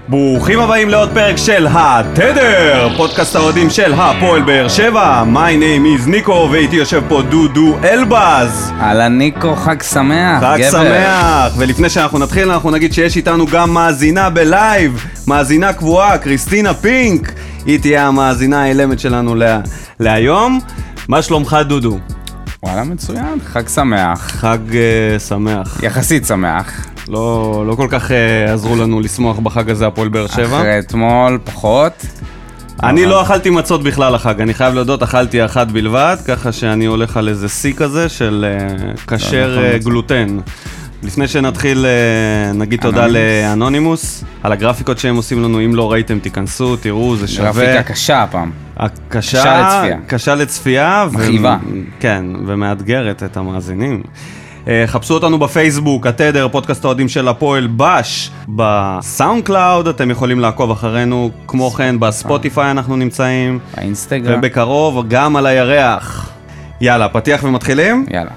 ברוכים הבאים לעוד פרק של התדר, פודקאסט האוהדים של הפועל באר שבע. My name is ניקו, ואיתי יושב פה דודו אלבז. אהלן ניקו, חג שמח, חג גבר. שמח. ולפני שאנחנו נתחיל, אנחנו נגיד שיש איתנו גם מאזינה בלייב, מאזינה קבועה, קריסטינה פינק. היא תהיה המאזינה האילמת שלנו להיום. מה שלומך דודו? וואלה, מצוין, חג שמח. חג שמח. יחסית שמח. לא כל כך עזרו לנו לשמוח בחג הזה הפועל באר שבע. אחרי אתמול פחות. אני לא אכלתי מצות בכלל החג, אני חייב להודות, אכלתי אחת בלבד, ככה שאני הולך על איזה סי כזה של כשר גלוטן. לפני שנתחיל, נגיד תודה לאנונימוס, על הגרפיקות שהם עושים לנו, אם לא ראיתם תיכנסו, תראו, זה שווה. גרפיקה קשה הפעם. קשה לצפייה. קשה לצפייה. מכאיבה. כן, ומאתגרת את המאזינים. חפשו אותנו בפייסבוק, התדר, פודקאסט האוהדים של הפועל בש, בסאונד קלאוד, אתם יכולים לעקוב אחרינו, כמו כן בספוטיפיי אנחנו נמצאים, באינסטגרם. ובקרוב גם על הירח. יאללה, פתיח ומתחילים? יאללה.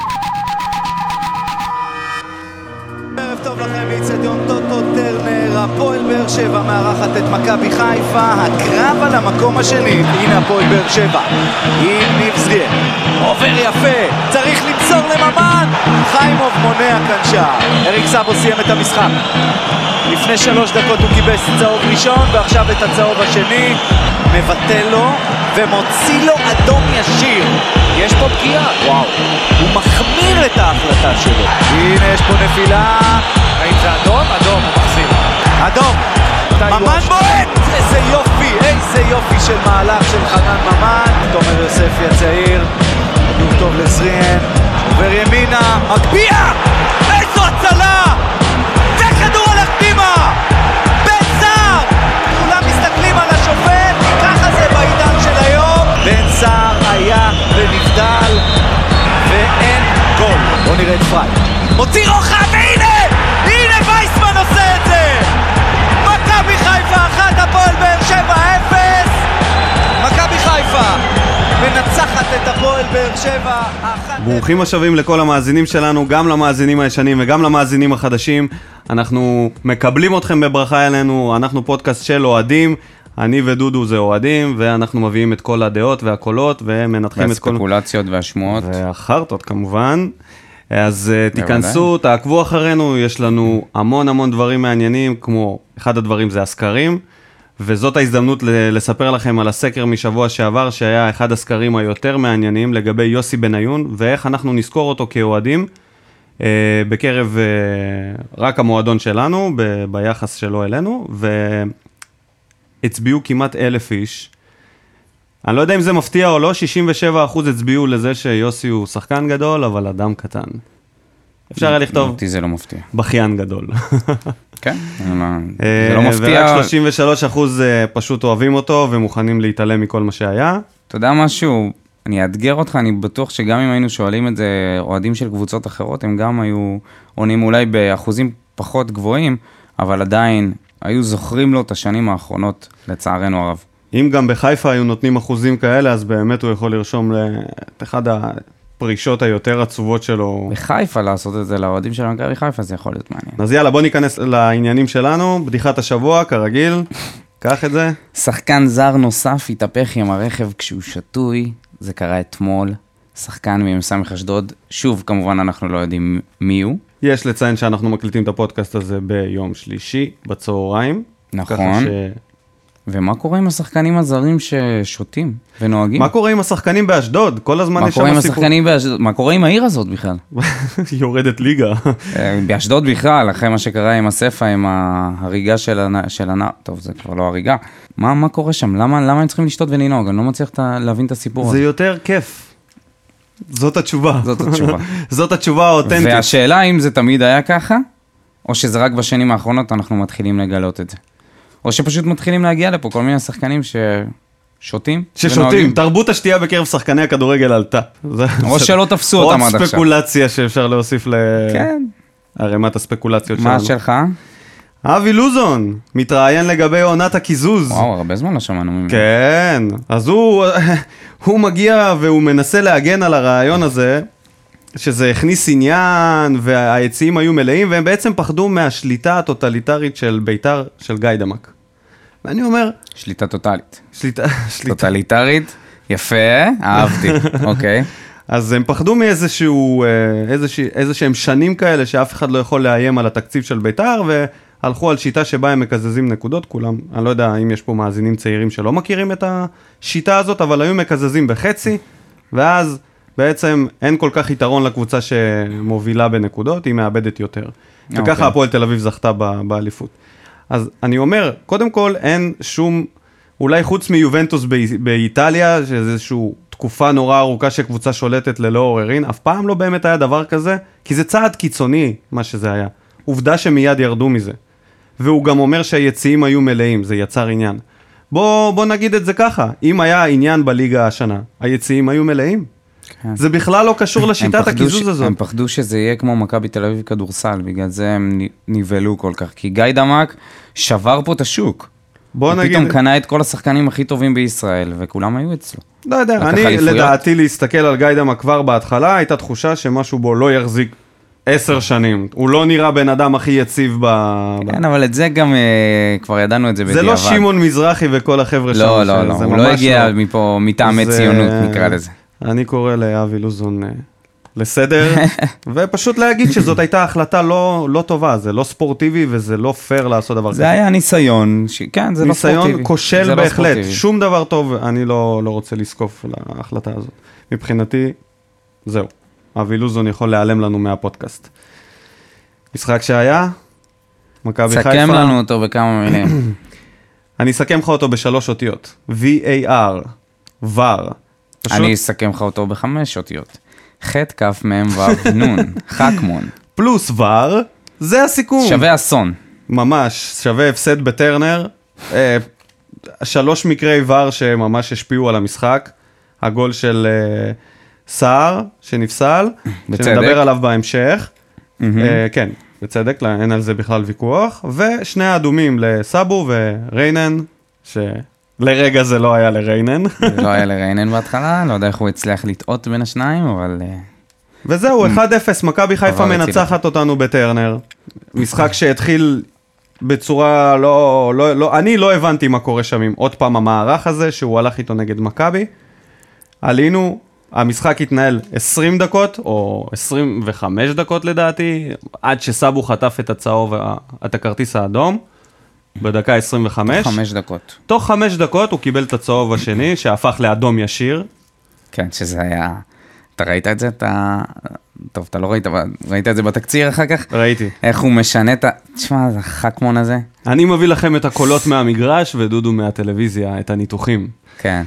ערב טוב לכם מאצטדיון טוטו טרנר, הפועל באר שבע מארחת את מכבי חיפה, הקרב על המקום השני. הנה הפועל באר שבע, עם ניב זריאן, עובר יפה, צריך למסור לממן, חיימוב מונע כאן שער. אריק סאבו סיים את המשחק, לפני 3 דקות הוא קיבס צהוב ראשון ועכשיו את הצהוב השני, מבטל לו ומוציא לו אדום ישיר. יש פה פגיעה, וואו, הוא מחמיר את ההחלטה שלו. הנה יש פה נפילה. האם זה אדום? אדום, הוא מחזיר. אדום, ממן בועט! איזה יופי, איזה יופי של מהלך של חנן ממן. תומר יוספי הצעיר, כדור טוב לזריאן, עובר ימינה, מגביע! איזו הצלה! וכדור הולך פנימה! בן סער! כולם מסתכלים על השופט, ככה זה בעידן של היום. בן סער היה ונבדל, ואין גול. בוא נראה את פריי. מוציא רוחב, והנה! הנה וייסמן עושה את זה! מכבי חיפה 1, הפועל באר שבע 0. מכבי חיפה מנצחת את הפועל באר שבע 1. ברוכים השבים לכל המאזינים שלנו, גם למאזינים הישנים וגם למאזינים החדשים. אנחנו מקבלים אתכם בברכה אלינו, אנחנו פודקאסט של אוהדים. אני ודודו זה אוהדים, ואנחנו מביאים את כל הדעות והקולות, ומנתחים את כל... והספקולציות והשמועות. והחרטות כמובן. אז תיכנסו, תעקבו אחרינו, יש לנו המון דברים מעניינים, כמו אחד הדברים זה הסקרים, וזאת ההזדמנות לספר לכם על הסקר משבוע שעבר, שהיה אחד הסקרים היותר מעניינים לגבי יוסי בניון, ואיך אנחנו נזכור אותו כאוהדים, בקרב רק המועדון שלנו, ביחס שלו אלינו, הצביעו כמעט 1,000 איש. אני לא יודע אם זה מפתיע או לא, 67% הצביעו לזה שיוסי הוא שחקן גדול, אבל אדם קטן. אפשר היה לכתוב... אותי זה לא מפתיע. בכיין גדול. כן, זה לא מפתיע. ורק 33% פשוט אוהבים אותו ומוכנים להתעלם מכל מה שהיה. אתה יודע משהו, אני אאתגר אותך, אני בטוח שגם אם היינו שואלים את זה אוהדים של קבוצות אחרות, הם גם היו עונים אולי באחוזים פחות גבוהים, אבל עדיין היו זוכרים לו את השנים האחרונות, לצערנו הרב. אם גם בחיפה היו נותנים אחוזים כאלה, אז באמת הוא יכול לרשום את אחד הפרישות היותר עצובות שלו. בחיפה לעשות את זה לאוהדים של מכבי חיפה, זה יכול להיות מעניין. אז יאללה, בוא ניכנס לעניינים שלנו, בדיחת השבוע, כרגיל, קח את זה. שחקן זר נוסף התהפך עם הרכב כשהוא שטוי, זה קרה אתמול, שחקן ממסמך אשדוד, שוב כמובן אנחנו לא יודעים מי הוא. יש לציין שאנחנו מקליטים את הפודקאסט הזה ביום שלישי, בצהריים. נכון. ומה קורה עם השחקנים הזרים ששותים ונוהגים? מה קורה עם השחקנים באשדוד? כל הזמן יש שם סיפור. מה קורה עם העיר הזאת בכלל? יורדת ליגה. באשדוד בכלל, אחרי מה שקרה עם הספה, עם ההריגה של הנער, טוב, זה כבר לא הריגה. מה קורה שם? למה הם צריכים לשתות ולנהוג? אני לא מצליח להבין את הסיפור הזה. זה יותר כיף. זאת התשובה. זאת התשובה האותנטית. והשאלה אם זה תמיד היה ככה, או שזה רק בשנים האחרונות אנחנו מתחילים לגלות את זה. או שפשוט מתחילים להגיע לפה כל מיני שחקנים ששותים. תרבות השתייה בקרב שחקני הכדורגל עלתה. או שלא תפסו אותם עד עכשיו. עוד ספקולציה שאפשר להוסיף לערימת הספקולציות שלנו. מה שלך? אבי לוזון, מתראיין לגבי עונת הקיזוז. וואו, הרבה זמן לא שמענו ממנו. כן, אז הוא מגיע והוא מנסה להגן על הרעיון הזה, שזה הכניס עניין, והיציעים היו מלאים, והם בעצם פחדו מהשליטה הטוטליטרית של ביתר, של גיא דמק. ואני אומר... שליטה טוטלית. שליטה. טוטליטרית, יפה, אהבתי, אוקיי. אז הם פחדו איזשהם שנים כאלה, שאף אחד לא יכול לאיים על התקציב של ביתר, והלכו על שיטה שבה הם מקזזים נקודות, כולם, אני לא יודע אם יש פה מאזינים צעירים שלא מכירים את השיטה הזאת, אבל היו מקזזים בחצי, ואז בעצם אין כל כך יתרון לקבוצה שמובילה בנקודות, היא מאבדת יותר. וככה הפועל תל אביב זכתה באליפות. אז אני אומר, קודם כל אין שום, אולי חוץ מיובנטוס באיטליה, שזה איזשהו תקופה נורא ארוכה שקבוצה שולטת ללא עוררין, אף פעם לא באמת היה דבר כזה, כי זה צעד קיצוני מה שזה היה. עובדה שמיד ירדו מזה. והוא גם אומר שהיציעים היו מלאים, זה יצר עניין. בוא נגיד את זה ככה, אם היה עניין בליגה השנה, היציעים היו מלאים. זה בכלל לא קשור לשיטת הקיזוז הזאת. הם פחדו שזה יהיה כמו מכבי תל אביב כדורסל, בגלל זה הם נבלו כל כך, כי גיא דמק שבר פה את השוק. הוא פתאום קנה את כל השחקנים הכי טובים בישראל, וכולם היו אצלו. לא יודע, אני לדעתי להסתכל על גיא דמק כבר בהתחלה, הייתה תחושה שמשהו בו לא יחזיק 10 שנים. הוא לא נראה בן אדם הכי יציב כן, אבל את זה גם כבר ידענו את זה בדיעבד. זה לא שמעון מזרחי וכל החבר'ה שם. לא, לא, לא, הוא לא הגיע מפה מטעמי ציונות, נקרא לזה. אני קורא לאבי לוזון לסדר, ופשוט להגיד שזאת הייתה החלטה לא טובה, זה לא ספורטיבי וזה לא פייר לעשות דבר כזה. זה היה ניסיון, כן, זה לא ספורטיבי. ניסיון כושל בהחלט, שום דבר טוב, אני לא רוצה לסקוף להחלטה הזאת. מבחינתי, זהו, אבי לוזון יכול להיעלם לנו מהפודקאסט. משחק שהיה, מכבי חיפה. סכם לנו אותו בכמה מילים. אני אסכם לך אותו ב3 אותיות, VAR, VAR. אני אסכם לך אותו ב5 אותיות. חט כף מם וו נון, חכמון. פלוס ור, זה הסיכום. שווה אסון. ממש, שווה הפסד בטרנר. 3 מקרי ור שממש השפיעו על המשחק. הגול של סער, שנפסל, שנדבר עליו בהמשך. כן, בצדק, אין על זה בכלל ויכוח. ושני האדומים לסאבו וריינן, לרגע זה לא היה לריינן. לא היה לריינן בהתחלה, לא יודע איך הוא הצליח לטעות בין השניים, אבל... וזהו, 1-0, מכבי חיפה מנצחת אותנו בטרנר. משחק שהתחיל בצורה אני לא הבנתי מה קורה שם עם עוד פעם המערך הזה, שהוא הלך איתו נגד מכבי. עלינו, המשחק התנהל 20 דקות, או 25 דקות לדעתי, עד שסאבו חטף את הצהוב, את הכרטיס האדום. בדקה 25. 5 דקות. תוך 5 דקות הוא קיבל את הצהוב השני, שהפך לאדום ישיר. כן, שזה היה... אתה ראית את זה? טוב, אתה לא ראית, אבל ראית את זה בתקציר אחר כך? ראיתי. איך הוא משנה את תשמע, זה החכמון הזה. אני מביא לכם את הקולות מהמגרש, ודודו מהטלוויזיה, את הניתוחים. כן.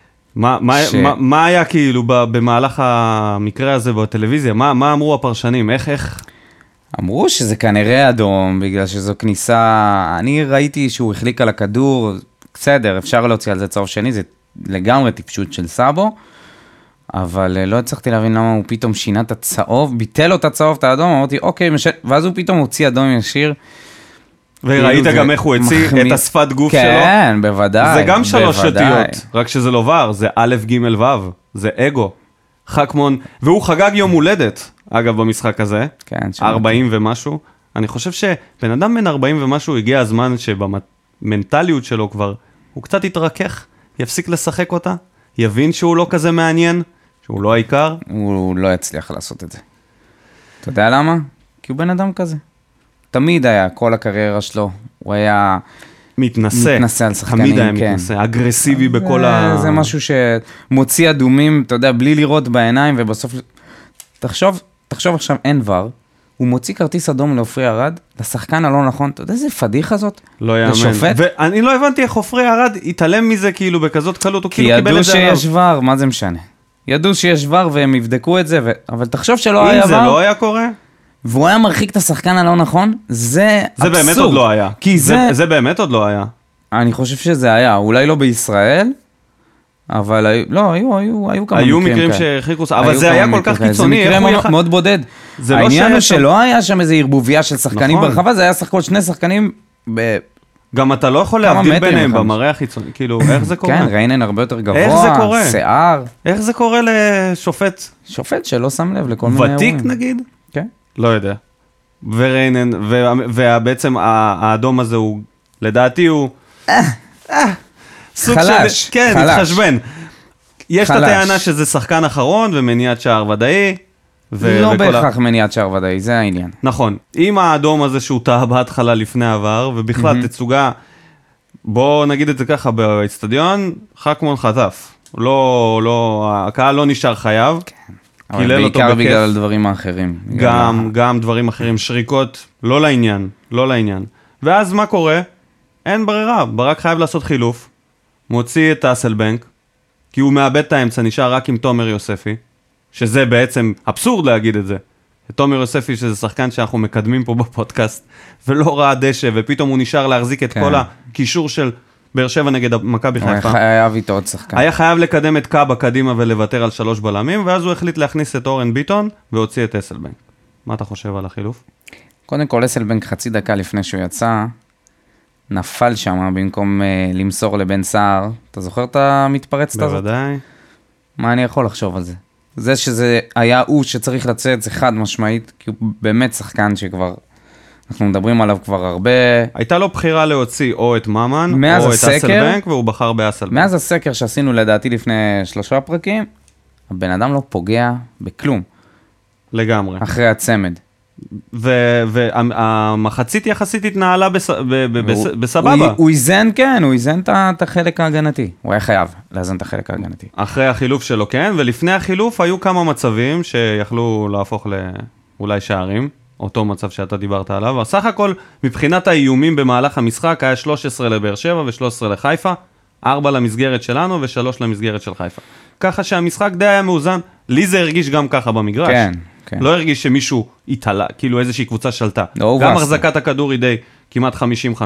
מה היה כאילו במהלך המקרה הזה בטלוויזיה? מה אמרו הפרשנים? איך... אמרו שזה כנראה אדום, בגלל שזו כניסה, אני ראיתי שהוא החליק על הכדור, בסדר, אפשר להוציא על זה צהוב שני, זה לגמרי טיפשות של סאבו, אבל לא הצלחתי להבין למה הוא פתאום שינה את הצהוב, ביטל לו את הצהוב, את האדום, אמרתי, אוקיי, ואז הוא פתאום הוציא אדום ישיר. וראית גם איך הוא הוציא את השפת גוף שלו? כן, בוודאי. זה גם 3 אותיות, רק שזה לא ור, זה א' ג' ו', זה אגו. חכמון, והוא חגג יום הולדת, אגב, במשחק הזה, כן, 40 ומשהו. אני חושב שבן אדם בן 40 ומשהו הגיע הזמן שבמנטליות שלו כבר, הוא קצת יתרכך, יפסיק לשחק אותה, יבין שהוא לא כזה מעניין, שהוא לא העיקר. הוא לא יצליח לעשות את זה. אתה יודע למה? כי הוא בן אדם כזה. תמיד היה, כל הקריירה שלו, הוא היה... מתנסה על שחקנים, תמיד היה מתנסה, אגרסיבי בכל זה משהו שמוציא אדומים, אתה יודע, בלי לראות בעיניים, ובסוף, תחשוב עכשיו אין ור, הוא מוציא כרטיס אדום לעופרי ארד, לשחקן הלא נכון, אתה יודע איזה פדיחה זאת? לא יאמן. ואני לא הבנתי איך עופרי ארד התעלם מזה כאילו בכזאת קלות, הוא כאילו קיבל את זה עליו. כי ידעו שיש ור, מה זה משנה? ידעו שיש ור והם יבדקו את זה, אבל תחשוב שלא היה ור. אם זה לא היה קורה? והוא היה מרחיק את השחקן הלא נכון, זה אבסורד. זה באמת עוד לא היה. זה באמת עוד לא היה. אני חושב שזה היה, אולי לא בישראל, אבל לא, היו כמה היו מקרים שהרחיקו, אבל זה היה כל כך קיצוני. זה מקרה מאוד בודד. העניין הוא שלא היה שם איזו ערבוביה של שחקנים ברחבה, זה היה שני שחקנים גם אתה לא יכול להבדיל ביניהם במראה החיצוני, כאילו, איך זה קורה? כן, ריינן הרבה יותר גבוה, איך זה קורה? שיער. איך זה קורה לשופט? שופט שלא שם לב לכל מיני אירועים. ותיק נגיד? כן. לא יודע. וריינן, ובעצם האדום הזה הוא, לדעתי הוא... חלש. כן, חלש. התחשבן. יש את הטענה שזה שחקן אחרון ומניעת שער ודאי. לא בהכרח מניעת שער ודאי, זה העניין. נכון. עם האדום הזה שהוא טעה בהתחלה לפני העבר, ובכלל תצוגה, בוא נגיד את זה ככה, באצטדיון, חכמון חטף. הקהל לא נשאר חייב. כן. אבל בעיקר בגלל דברים האחרים. גם דברים אחרים, שריקות, לא לעניין. ואז מה קורה? אין ברירה, ברק חייב לעשות חילוף, מוציא את אסלבנק, כי הוא מאבד את האמצע, נשאר רק עם תומר יוספי, שזה בעצם אבסורד להגיד את זה. תומר יוספי שזה שחקן שאנחנו מקדמים פה בפודקאסט, ולא ראה דשא, ופתאום הוא נשאר להחזיק את כל הקישור של באר שבע נגד מכבי חיפה. הוא היה חייב איתו עוד שחקן. היה חייב לקדם את קאבה קדימה ולוותר על 3 בלמים, ואז הוא החליט להכניס את אורן ביטון, והוציא את אסלבנק. מה אתה חושב על החילוף? קודם כל, אסלבנק חצי דקה לפני שהוא יצא, נפל שם במקום למסור לבן סער. אתה זוכר את המתפרצת הזאת? בוודאי. מה אני יכול לחשוב על זה? זה שזה היה הוא שצריך לצאת, זה חד משמעית, כי הוא באמת שחקן שכבר, אנחנו מדברים עליו כבר הרבה. הייתה לו בחירה להוציא או את ממן, או את אסלבנק, והוא בחר באסלבנק. מאז הסקר שעשינו לדעתי לפני 3 פרקים, הבן אדם לא פוגע בכלום. לגמרי. אחרי הצמד. והמחצית יחסית התנהלה בסבבה. הוא איזן, כן, הוא איזן את החלק ההגנתי. הוא היה חייב לאזן את החלק ההגנתי. אחרי החילוף שלו, כן, ולפני החילוף היו כמה מצבים שיכלו להפוך לאולי שערים, אותו מצב שאתה דיברת עליו. הסך הכל, מבחינת האיומים במהלך המשחק, היה 13 לבאר שבע ו13 לחיפה, 4 למסגרת שלנו ו3 למסגרת של חיפה. ככה שהמשחק די היה מאוזן, לי זה הרגיש גם ככה במגרש. כן. כן. לא הרגיש שמישהו התעלה, כאילו איזושהי קבוצה שלטה. לא גם החזקת הכדור היא די כמעט 50-50.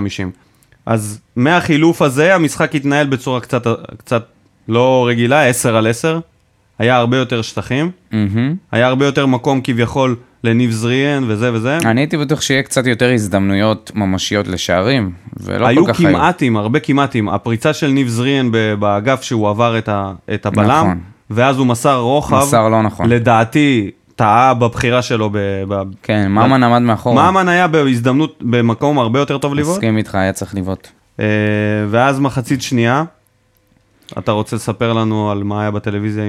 אז מהחילוף הזה המשחק התנהל בצורה קצת לא רגילה, 10 על 10. היה הרבה יותר שטחים. היה הרבה יותר מקום כביכול לניב זריאן וזה וזה. אני הייתי בטוח שיהיה קצת יותר הזדמנויות ממשיות לשערים, ולא כל כך היו כמעטים, הרבה כמעטים. הפריצה של ניב זריאן באגף שהוא עבר את הבלם, נכון. ואז הוא מסר רוחב. מסר לא נכון. לדעתי טעה בבחירה שלו. כן, ממן עמד מאחורה. ממן היה בהזדמנות במקום הרבה יותר טוב לבעוט. מסכים איתך, היה צריך לבעוט. ואז מחצית שנייה, אתה רוצה לספר לנו על מה היה בטלוויזיה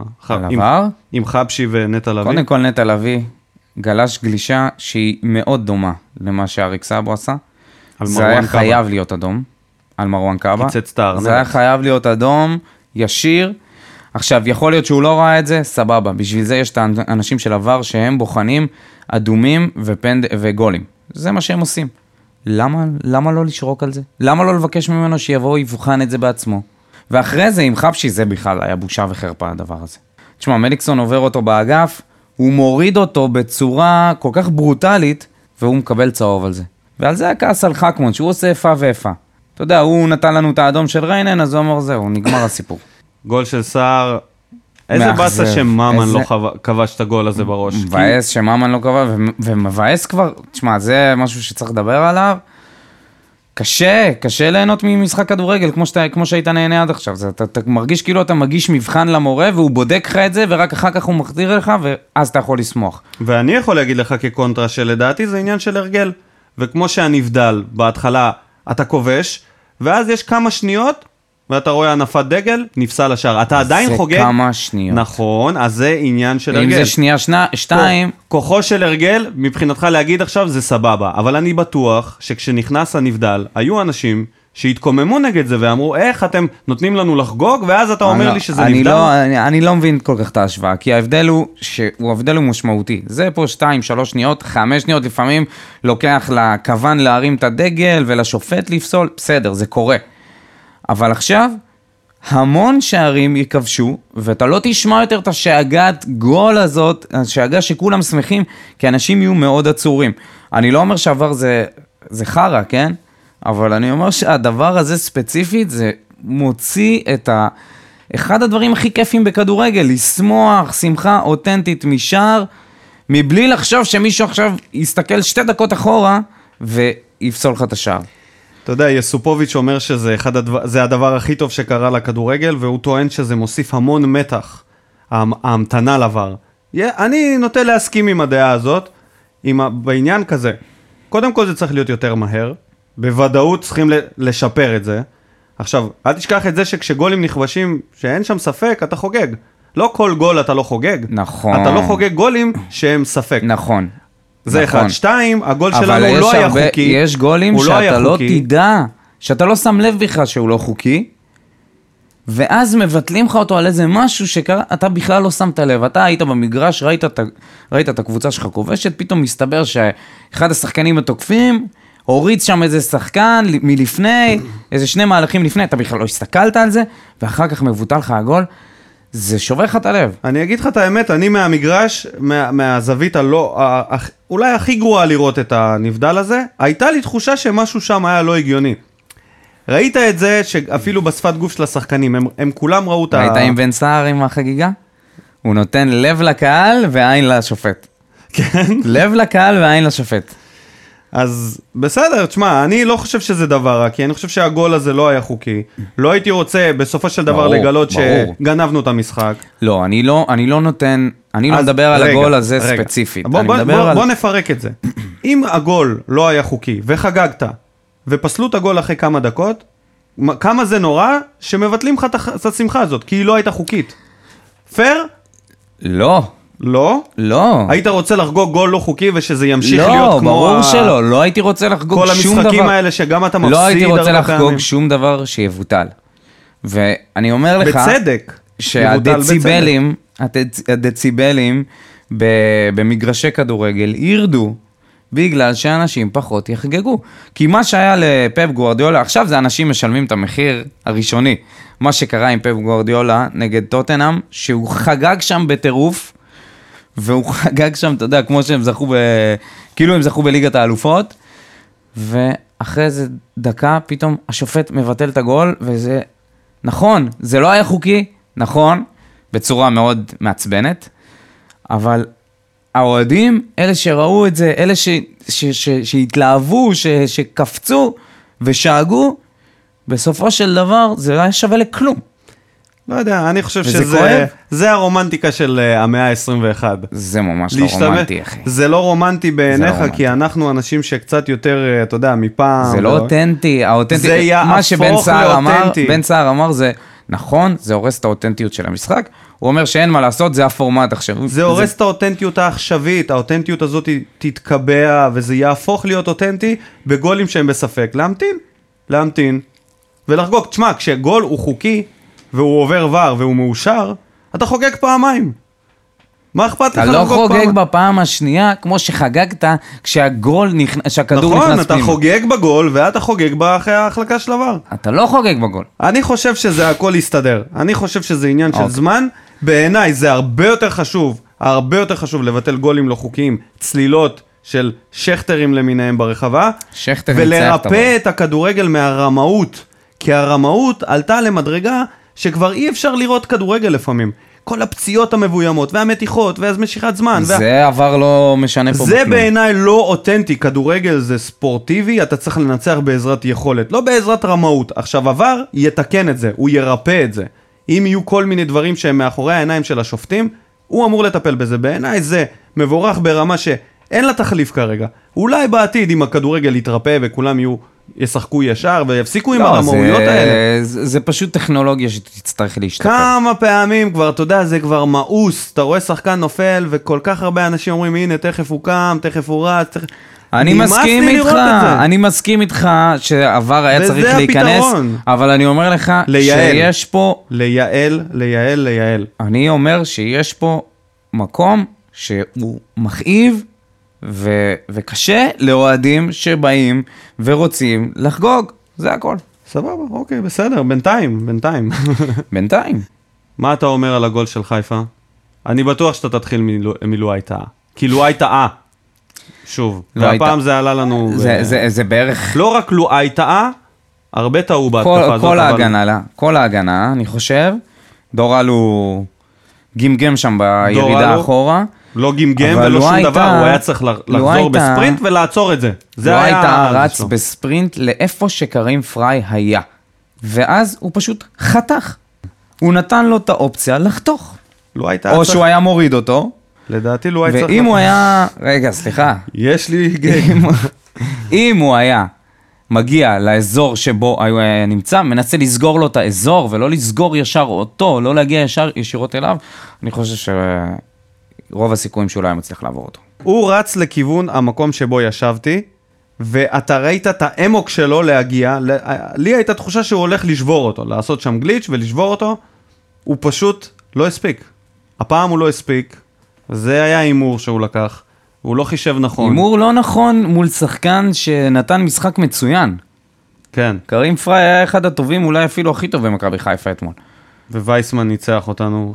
עם חבשי ונטע לביא? קודם כל נטע לביא גלש גלישה שהיא מאוד דומה למה שאריק סאבו עשה. זה היה חייב להיות אדום, על מרואן קאבה. קיצץ את הארנבת. זה היה חייב להיות אדום, ישיר. עכשיו, יכול להיות שהוא לא ראה את זה, סבבה. בשביל זה יש את האנשים של עבר שהם בוחנים אדומים וגולים. זה מה שהם עושים. למה לא לשרוק על זה? למה לא לבקש ממנו שיבוא יבחן את זה בעצמו? ואחרי זה, עם חבשי, זה בכלל היה בושה וחרפה הדבר הזה. תשמע, מליקסון עובר אותו באגף, הוא מוריד אותו בצורה כל כך ברוטלית, והוא מקבל צהוב על זה. ועל זה הכעס על חכמון, שהוא עושה איפה ואיפה. אתה יודע, הוא נתן לנו את האדום של ריינן, אז הוא אמר זהו, נגמר הסיפור. גול של סער, איזה באסה שממן לא כבש את הגול הזה בראש. מבאס שממן לא כבש, ומבאס כבר, תשמע, זה משהו שצריך לדבר עליו. קשה ליהנות ממשחק כדורגל, כמו שהיית נהנה עד עכשיו. אתה מרגיש כאילו אתה מגיש מבחן למורה, והוא בודק לך את זה, ורק אחר כך הוא מחזיר לך, ואז אתה יכול לשמוח. ואני יכול להגיד לך כקונטרה שלדעתי זה עניין של הרגל. וכמו שהנבדל בהתחלה אתה כובש, ואז יש כמה שניות, ואתה רואה הנפת דגל, נפסל השאר. אתה עדיין חוגג. זה כמה שניות. נכון, אז זה עניין של הרגל. אם זה שנייה, 2. כוחו של הרגל, מבחינתך להגיד עכשיו, זה סבבה. אבל אני בטוח שכשנכנס הנבדל, היו אנשים שהתקוממו נגד זה, ואמרו, איך אתם נותנים לנו לחגוג, ואז אתה אומר לי שזה נבדל? אני לא מבין כל כך את ההשוואה, כי ההבדל הוא משמעותי. זה פה 2-3 שניות, 5 שניות לפעמים, לוקח לכוון להרים את הדגל, ולשופט לפסול, בסדר, זה קורה. אבל עכשיו, המון שערים יכבשו, ואתה לא תשמע יותר את השאגת גול הזאת, השאגה שכולם שמחים, כי אנשים יהיו מאוד עצורים. אני לא אומר שעבר זה חרה, כן? אבל אני אומר שהדבר הזה ספציפית, זה מוציא את אחד הדברים הכי כיפים בכדורגל, לשמוח, שמחה אותנטית משער, מבלי לחשוב שמישהו עכשיו יסתכל 2 דקות אחורה, ויפסול לך את השער. אתה יודע, יסופוביץ' אומר שזה הדבר הכי טוב שקרה לכדורגל, והוא טוען שזה מוסיף המון מתח, ההמתנה לבר. אני נוטה להסכים עם הדעה הזאת, בעניין כזה. קודם כל זה צריך להיות יותר מהר, בוודאות צריכים לשפר את זה. עכשיו, אל תשכח את זה שכשגולים נכבשים, שאין שם ספק, אתה חוגג. לא כל גול אתה לא חוגג. נכון. אתה לא חוגג גולים שהם ספק. נכון. זה אחד. שתיים, הגול שלנו לא היה חוקי. יש גולים שאתה לא תדע, שאתה לא שם לב בכלל שהוא לא חוקי, ואז מבטלים לך אותו על איזה משהו שקרה, אתה בכלל לא שמת לב. אתה היית במגרש, ראית את הקבוצה שלך כובשת, פתאום מסתבר שאחד השחקנים התוקפים, הוריד שם איזה שחקן מלפני, איזה 2 מהלכים לפני, אתה בכלל לא הסתכלת על זה, ואחר כך מבוטל לך הגול, זה שובר לך את הלב. אני אגיד לך את האמת, אני מהמגרש, מהזווית אולי הכי גרועה לראות את הנבדל הזה, הייתה לי תחושה שמשהו שם היה לא הגיוני. ראית את זה שאפילו בשפת גוף של השחקנים, הם כולם ראו את ראית עם בן סער עם החגיגה? הוא נותן לב לקהל ועין לשופט. כן? לב לקהל ועין לשופט. אז בסדר, תשמע, אני לא חושב שזה דבר רע, כי אני חושב שהגול הזה לא היה חוקי. לא הייתי רוצה בסופו של דבר לגלות שגנבנו את המשחק. לא, אני לא נותן, אני לא מדבר על הגול הזה ספציפית. בוא נפרק את זה. אם הגול לא היה חוקי וחגגת, ופסלו את הגול אחרי כמה דקות, כמה זה נורא שמבטלים לך את השמחה הזאת, כי היא לא הייתה חוקית. פייר? לא. לא? לא. היית רוצה לחגוג גול לא חוקי ושזה ימשיך לא, להיות כמו... לא, ברור שלא. לא הייתי רוצה לחגוג שום דבר. כל המשחקים האלה שגם אתה מפסיד... לא הייתי רוצה לחגוג שום דבר שיבוטל. ואני אומר לך... בצדק. שהדציבלים במגרשי כדורגל ירדו בגלל שאנשים פחות יחגגו. כי מה שהיה לפפ גוארדיולה, עכשיו זה אנשים משלמים את המחיר הראשוני. מה שקרה עם פפ גוארדיולה נגד טוטנהאם, שהוא חגג שם בטירוף, והוא חגג שם, אתה יודע, כמו שהם זכו כאילו הם זכו בליגת האלופות, ואחרי איזה דקה פתאום השופט מבטל את הגול, וזה נכון, זה לא היה חוקי, נכון, בצורה מאוד מעצבנת, אבל האוהדים, אלה שראו את זה, אלה שהתלהבו, שקפצו ושאגו, בסופו של דבר זה לא היה שווה לכלום. לא יודע, אני חושב שזה הרומנטיקה של המאה ה-21. זה ממש לא רומנטי, אחי. זה לא רומנטי בעיניך, כי אנחנו אנשים שקצת יותר, אתה יודע, מפעם. זה לא אותנטי, זה יהפוך לאותנטי. בן סער אמר זה, נכון, זה הורס את האותנטיות של המשחק, הוא אומר שאין מה לעשות, זה הפורמט עכשיו. זה הורס את האותנטיות העכשווית, האותנטיות הזאת תתקבע, וזה יהפוך להיות אותנטי בגולים שהם בספק. להמתין, ולחגוג. תשמע, כשגול הוא חוקי, והוא עובר ור והוא מאושר, אתה חוגג פעמיים. מה אכפת לך לחגוג פעמיים? אתה לא חוגג בפעם השנייה, כמו שחגגת שהכדור נכנס פנימה. נכון, אתה חוגג בגול, ואתה חוגג אחרי ההחלקה של הוור. אתה לא חוגג בגול. אני חושב שזה הכל יסתדר. אני חושב שזה עניין של זמן. בעיניי זה הרבה יותר חשוב לבטל גולים לא חוקיים, צלילות של שכתרים למיניהם ברחבה, ולרפא את הכדורגל מהרמאות, כי הרמאות עלתה למדרגה שכבר אי אפשר לראות כדורגל לפעמים. כל הפציעות המבוימות והמתיחות והמשיכת זמן. זה עבר לא משנה פה. זה בעיניי לא אותנטי. כדורגל זה ספורטיבי, אתה צריך לנצח בעזרת יכולת, לא בעזרת רמאות. עכשיו עבר יתקן את זה, הוא ירפא את זה. אם יהיו כל מיני דברים שהם מאחורי העיניים של השופטים, הוא אמור לטפל בזה. בעיניי זה מבורך ברמה שאין לה תחליף כרגע. אולי בעתיד אם הכדורגל יתרפא וכולם ישחקו ישר ויפסיקו עם הרמאויות האלה. זה פשוט טכנולוגיה שתצטרך להשתפר. כמה פעמים כבר, אתה יודע, זה כבר מאוס. אתה רואה שחקן נופל וכל כך הרבה אנשים אומרים, הנה, תכף הוא קם, תכף הוא רץ. אני מסכים איתך שעבר היה צריך להיכנס, אבל אני אומר לך שיש פה... לייעל. אני אומר שיש פה מקום שהוא מכאיב, וקשה לאוהדים שבאים ורוצים לחגוג, זה הכל. סבבה, אוקיי, בסדר, בינתיים. מה אתה אומר על הגול של חיפה? אני בטוח שאתה תתחיל מלואי טעה. כי לואי טעה. שוב, והפעם זה עלה לנו... זה בערך... לא רק לואי טעה, הרבה טעו בהתקפה הזאת. כל ההגנה, אני חושב, דורל הוא גמגם שם בירידה אחורה. לא גמגם ולא שום דבר, הוא היה צריך לחזור בספרינט ולעצור את זה. לא הייתה רץ בספרינט לאיפה שקרים פריי היה. ואז הוא פשוט חתך. הוא נתן לו את האופציה לחתוך. או שהוא היה מוריד אותו. לדעתי לא היה צריך... ואם הוא היה... רגע, סליחה. יש לי... אם הוא היה מגיע לאזור שבו הוא היה נמצא, מנסה לסגור לו את האזור, ולא לסגור ישר אותו, לא להגיע ישירות אליו, אני חושב שרוב הסיכויים שהוא לא היה מצליח לעבור אותו. הוא רץ לכיוון המקום שבו ישבתי, ואתה ראית את האמוק שלו להגיע, לי הייתה תחושה שהוא הולך לשבור אותו, לעשות שם גליץ' ולשבור אותו, הוא פשוט לא הספיק. הפעם הוא לא הספיק, זה היה אימור שהוא לקח, הוא לא חישב נכון. אימור לא נכון מול שחקן שנתן משחק מצוין. כן. קרים פריי היה אחד הטובים, אולי אפילו הכי טוב במכבי חיפה אתמול. ווייסמן ניצח אותנו,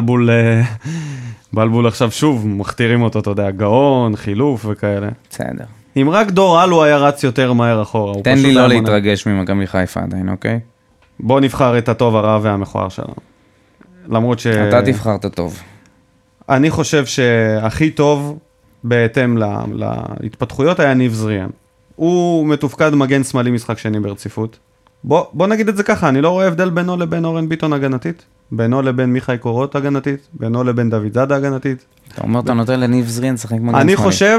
בלבול עכשיו שוב, מכתירים אותו, אתה יודע, גאון, חילוף וכאלה. בסדר. אם רק דור אלו היה רץ יותר מהר אחורה. תן לי לא להתרגש ממכבי חיפה עדיין, אוקיי? בוא נבחר את הטוב, הרע והמכוער שלנו. למרות ש... אתה תבחר את הטוב. אני חושב שהכי טוב, בהתאם להתפתחויות, היה ניב זריאן. הוא מתופקד מגן שמאלי משחק שני ברציפות. בוא נגיד את זה ככה, אני לא רואה הבדל בינו לבין אורן ביטון הגנתית, בינו לבין מיכאי קורות הגנתית, בינו לבין דוד זאדה הגנתית. אתה אומר, אתה נותן לניב זריאן שחק מגן שמאלי. אני חושב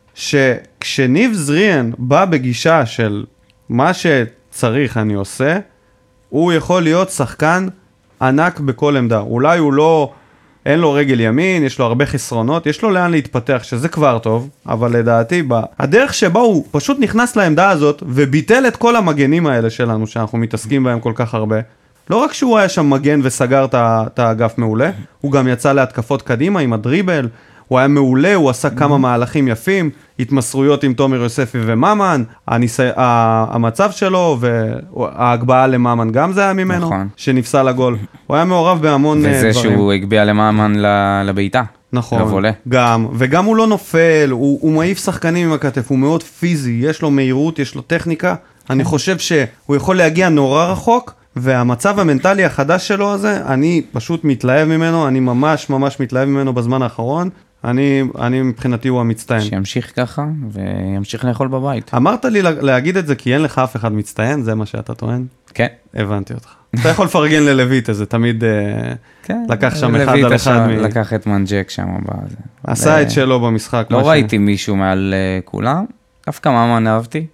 שכשניב זריאן בא בגישה של מה שצריך אני עושה, הוא יכול להיות שחקן ענק בכל עמדה. אולי הוא לא, אין לו רגל ימין, יש לו הרבה חסרונות, יש לו לאן להתפתח, שזה כבר טוב, אבל לדעתי, הדרך שבה הוא פשוט נכנס לעמדה הזאת, וביטל את כל המגנים האלה שלנו, שאנחנו מתעסקים בהם כל כך הרבה, לא רק שהוא היה שם מגן וסגר את האגף מעולה, הוא גם יצא להתקפות קדימה עם הדריבל, הוא היה מעולה, הוא עשה כמה מהלכים יפים, התמסרויות עם תומר יוספי וממן, המצב שלו וההגבהה לממן גם זה היה ממנו, נכון. שנפסל לגול. הוא היה מעורב בהמון דברים. וזה שהוא הגביע לממן לביתה. נכון, גם, וגם הוא לא נופל, הוא מעיף שחקנים עם הכתף, הוא מאוד פיזי, יש לו מהירות, יש לו טכניקה, אני חושב שהוא יכול להגיע נורא רחוק, והמצב המנטלי החדש שלו הזה, אני פשוט מתלהב ממנו, אני ממש מתלהב ממנו בזמן האחרון, אני מבחינתי הוא המצטיין. שימשיך ככה, וימשיך לאכול בבית. אמרת לי להגיד את זה, כי אין לך אף אחד מצטיין, זה מה שאתה טוען? כן. הבנתי אותך. אתה יכול לפרגן ללויטה, זה תמיד לקח שם אחד על אחד. לקח את מנג'ק שם. עשה את שלו במשחק. לא ראיתי מישהו מעל כולם, דווקא ממן אהבתי,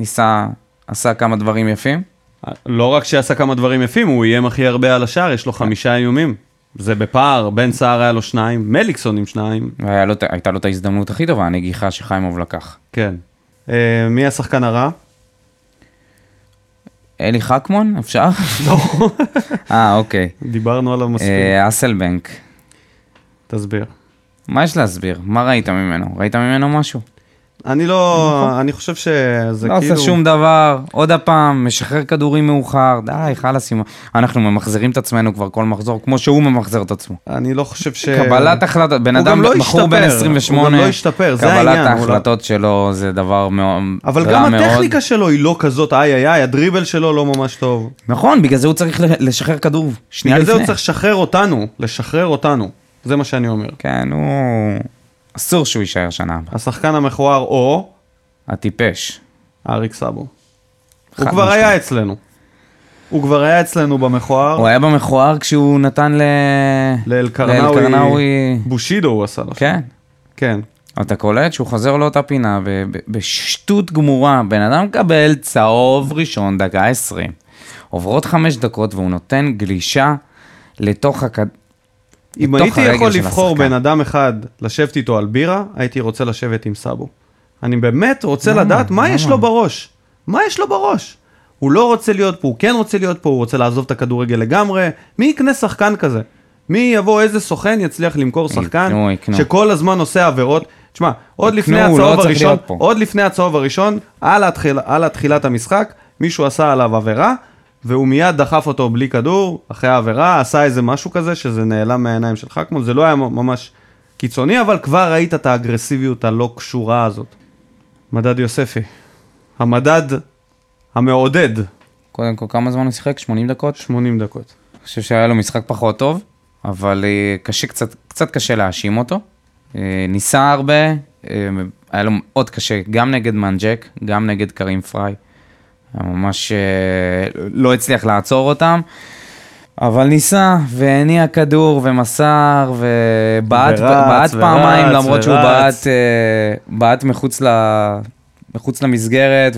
עשה כמה דברים יפים. לא רק שעשה כמה דברים יפים, הוא איים הכי הרבה על השאר, יש לו 5 איומים. זה בפער, בן סער היה לו 2, מליקסון עם 2. הייתה לו את ההזדמנות הכי טובה, הנגיחה שחיימוב לקח. כן. מי השחקן הרע? אלי חכמון, אפשר? לא. אוקיי. דיברנו עליו מספיק. אסלבנק. תסביר. מה יש להסביר? מה ראית ממנו? ראית ממנו משהו? אני לא, אני חושב שזה כאילו... לא עושה שום דבר, עוד הפעם, משחרר כדורים מאוחר, די, חלאס, אנחנו ממחזרים את עצמנו כבר כל מחזור, כמו שהוא ממחזר את עצמו. אני לא חושב קבלת החלטות, בן אדם, בחור בן 28, הוא גם לא ישתפר, זה העניין. קבלת ההחלטות שלו זה דבר מאוד... אבל גם הטכניקה שלו היא לא כזאת, הדריבל שלו לא ממש טוב. נכון, בגלל זה הוא צריך לשחרר כדור, שנייה לפני. בגלל זה הוא צריך לשחרר אותנו, זה מה שאני אומר. כן, אסור שהוא יישאר שנה הבאה. השחקן המכוער או... הטיפש. אריק סאבו. הוא כבר היה אצלנו. הוא כבר היה אצלנו במכוער. הוא היה במכוער כשהוא נתן לאלקרנאוי... בושידו הוא עשה לו. כן. כן. אתה קולט שהוא חוזר לאותה פינה בשטות גמורה. בן אדם מקבל צהוב ראשון, דקה 20. עוברות 5 דקות והוא נותן גלישה לתוך אם הייתי יכול לבחור בן אדם אחד לשבת איתו על בירה, הייתי רוצה לשבת עם סאבו. אני באמת רוצה לדעת מה יש לו בראש. מה יש לו בראש? הוא לא רוצה להיות פה, הוא כן רוצה להיות פה, הוא רוצה לעזוב את הכדורגל לגמרי. מי יקנה שחקן כזה? מי יבוא, איזה סוכן יצליח למכור שחקן שכל הזמן עושה עבירות? תשמע, עוד לפני הצהוב הראשון, על התחילת המשחק, מישהו עשה עליו עבירה, והוא מיד דחף אותו בלי כדור, אחרי העבירה, עשה איזה משהו כזה, שזה נעלם מהעיניים של חכמון, זה לא היה ממש קיצוני, אבל כבר ראית את האגרסיביות הלא קשורה הזאת. מדד יוספי, המדד המעודד. קודם כל, כמה זמן הוא שיחק? 80 דקות? 80 דקות. אני חושב שהיה לו משחק פחות טוב, אבל קצת קשה להאשים אותו. ניסה הרבה, היה לו מאוד קשה, גם נגד מנג'ק, גם נגד קרים פריי. ממש לא הצליח לעצור אותם, אבל ניסה והניע כדור ומסר ובעט פעמיים, למרות שהוא בעט מחוץ למסגרת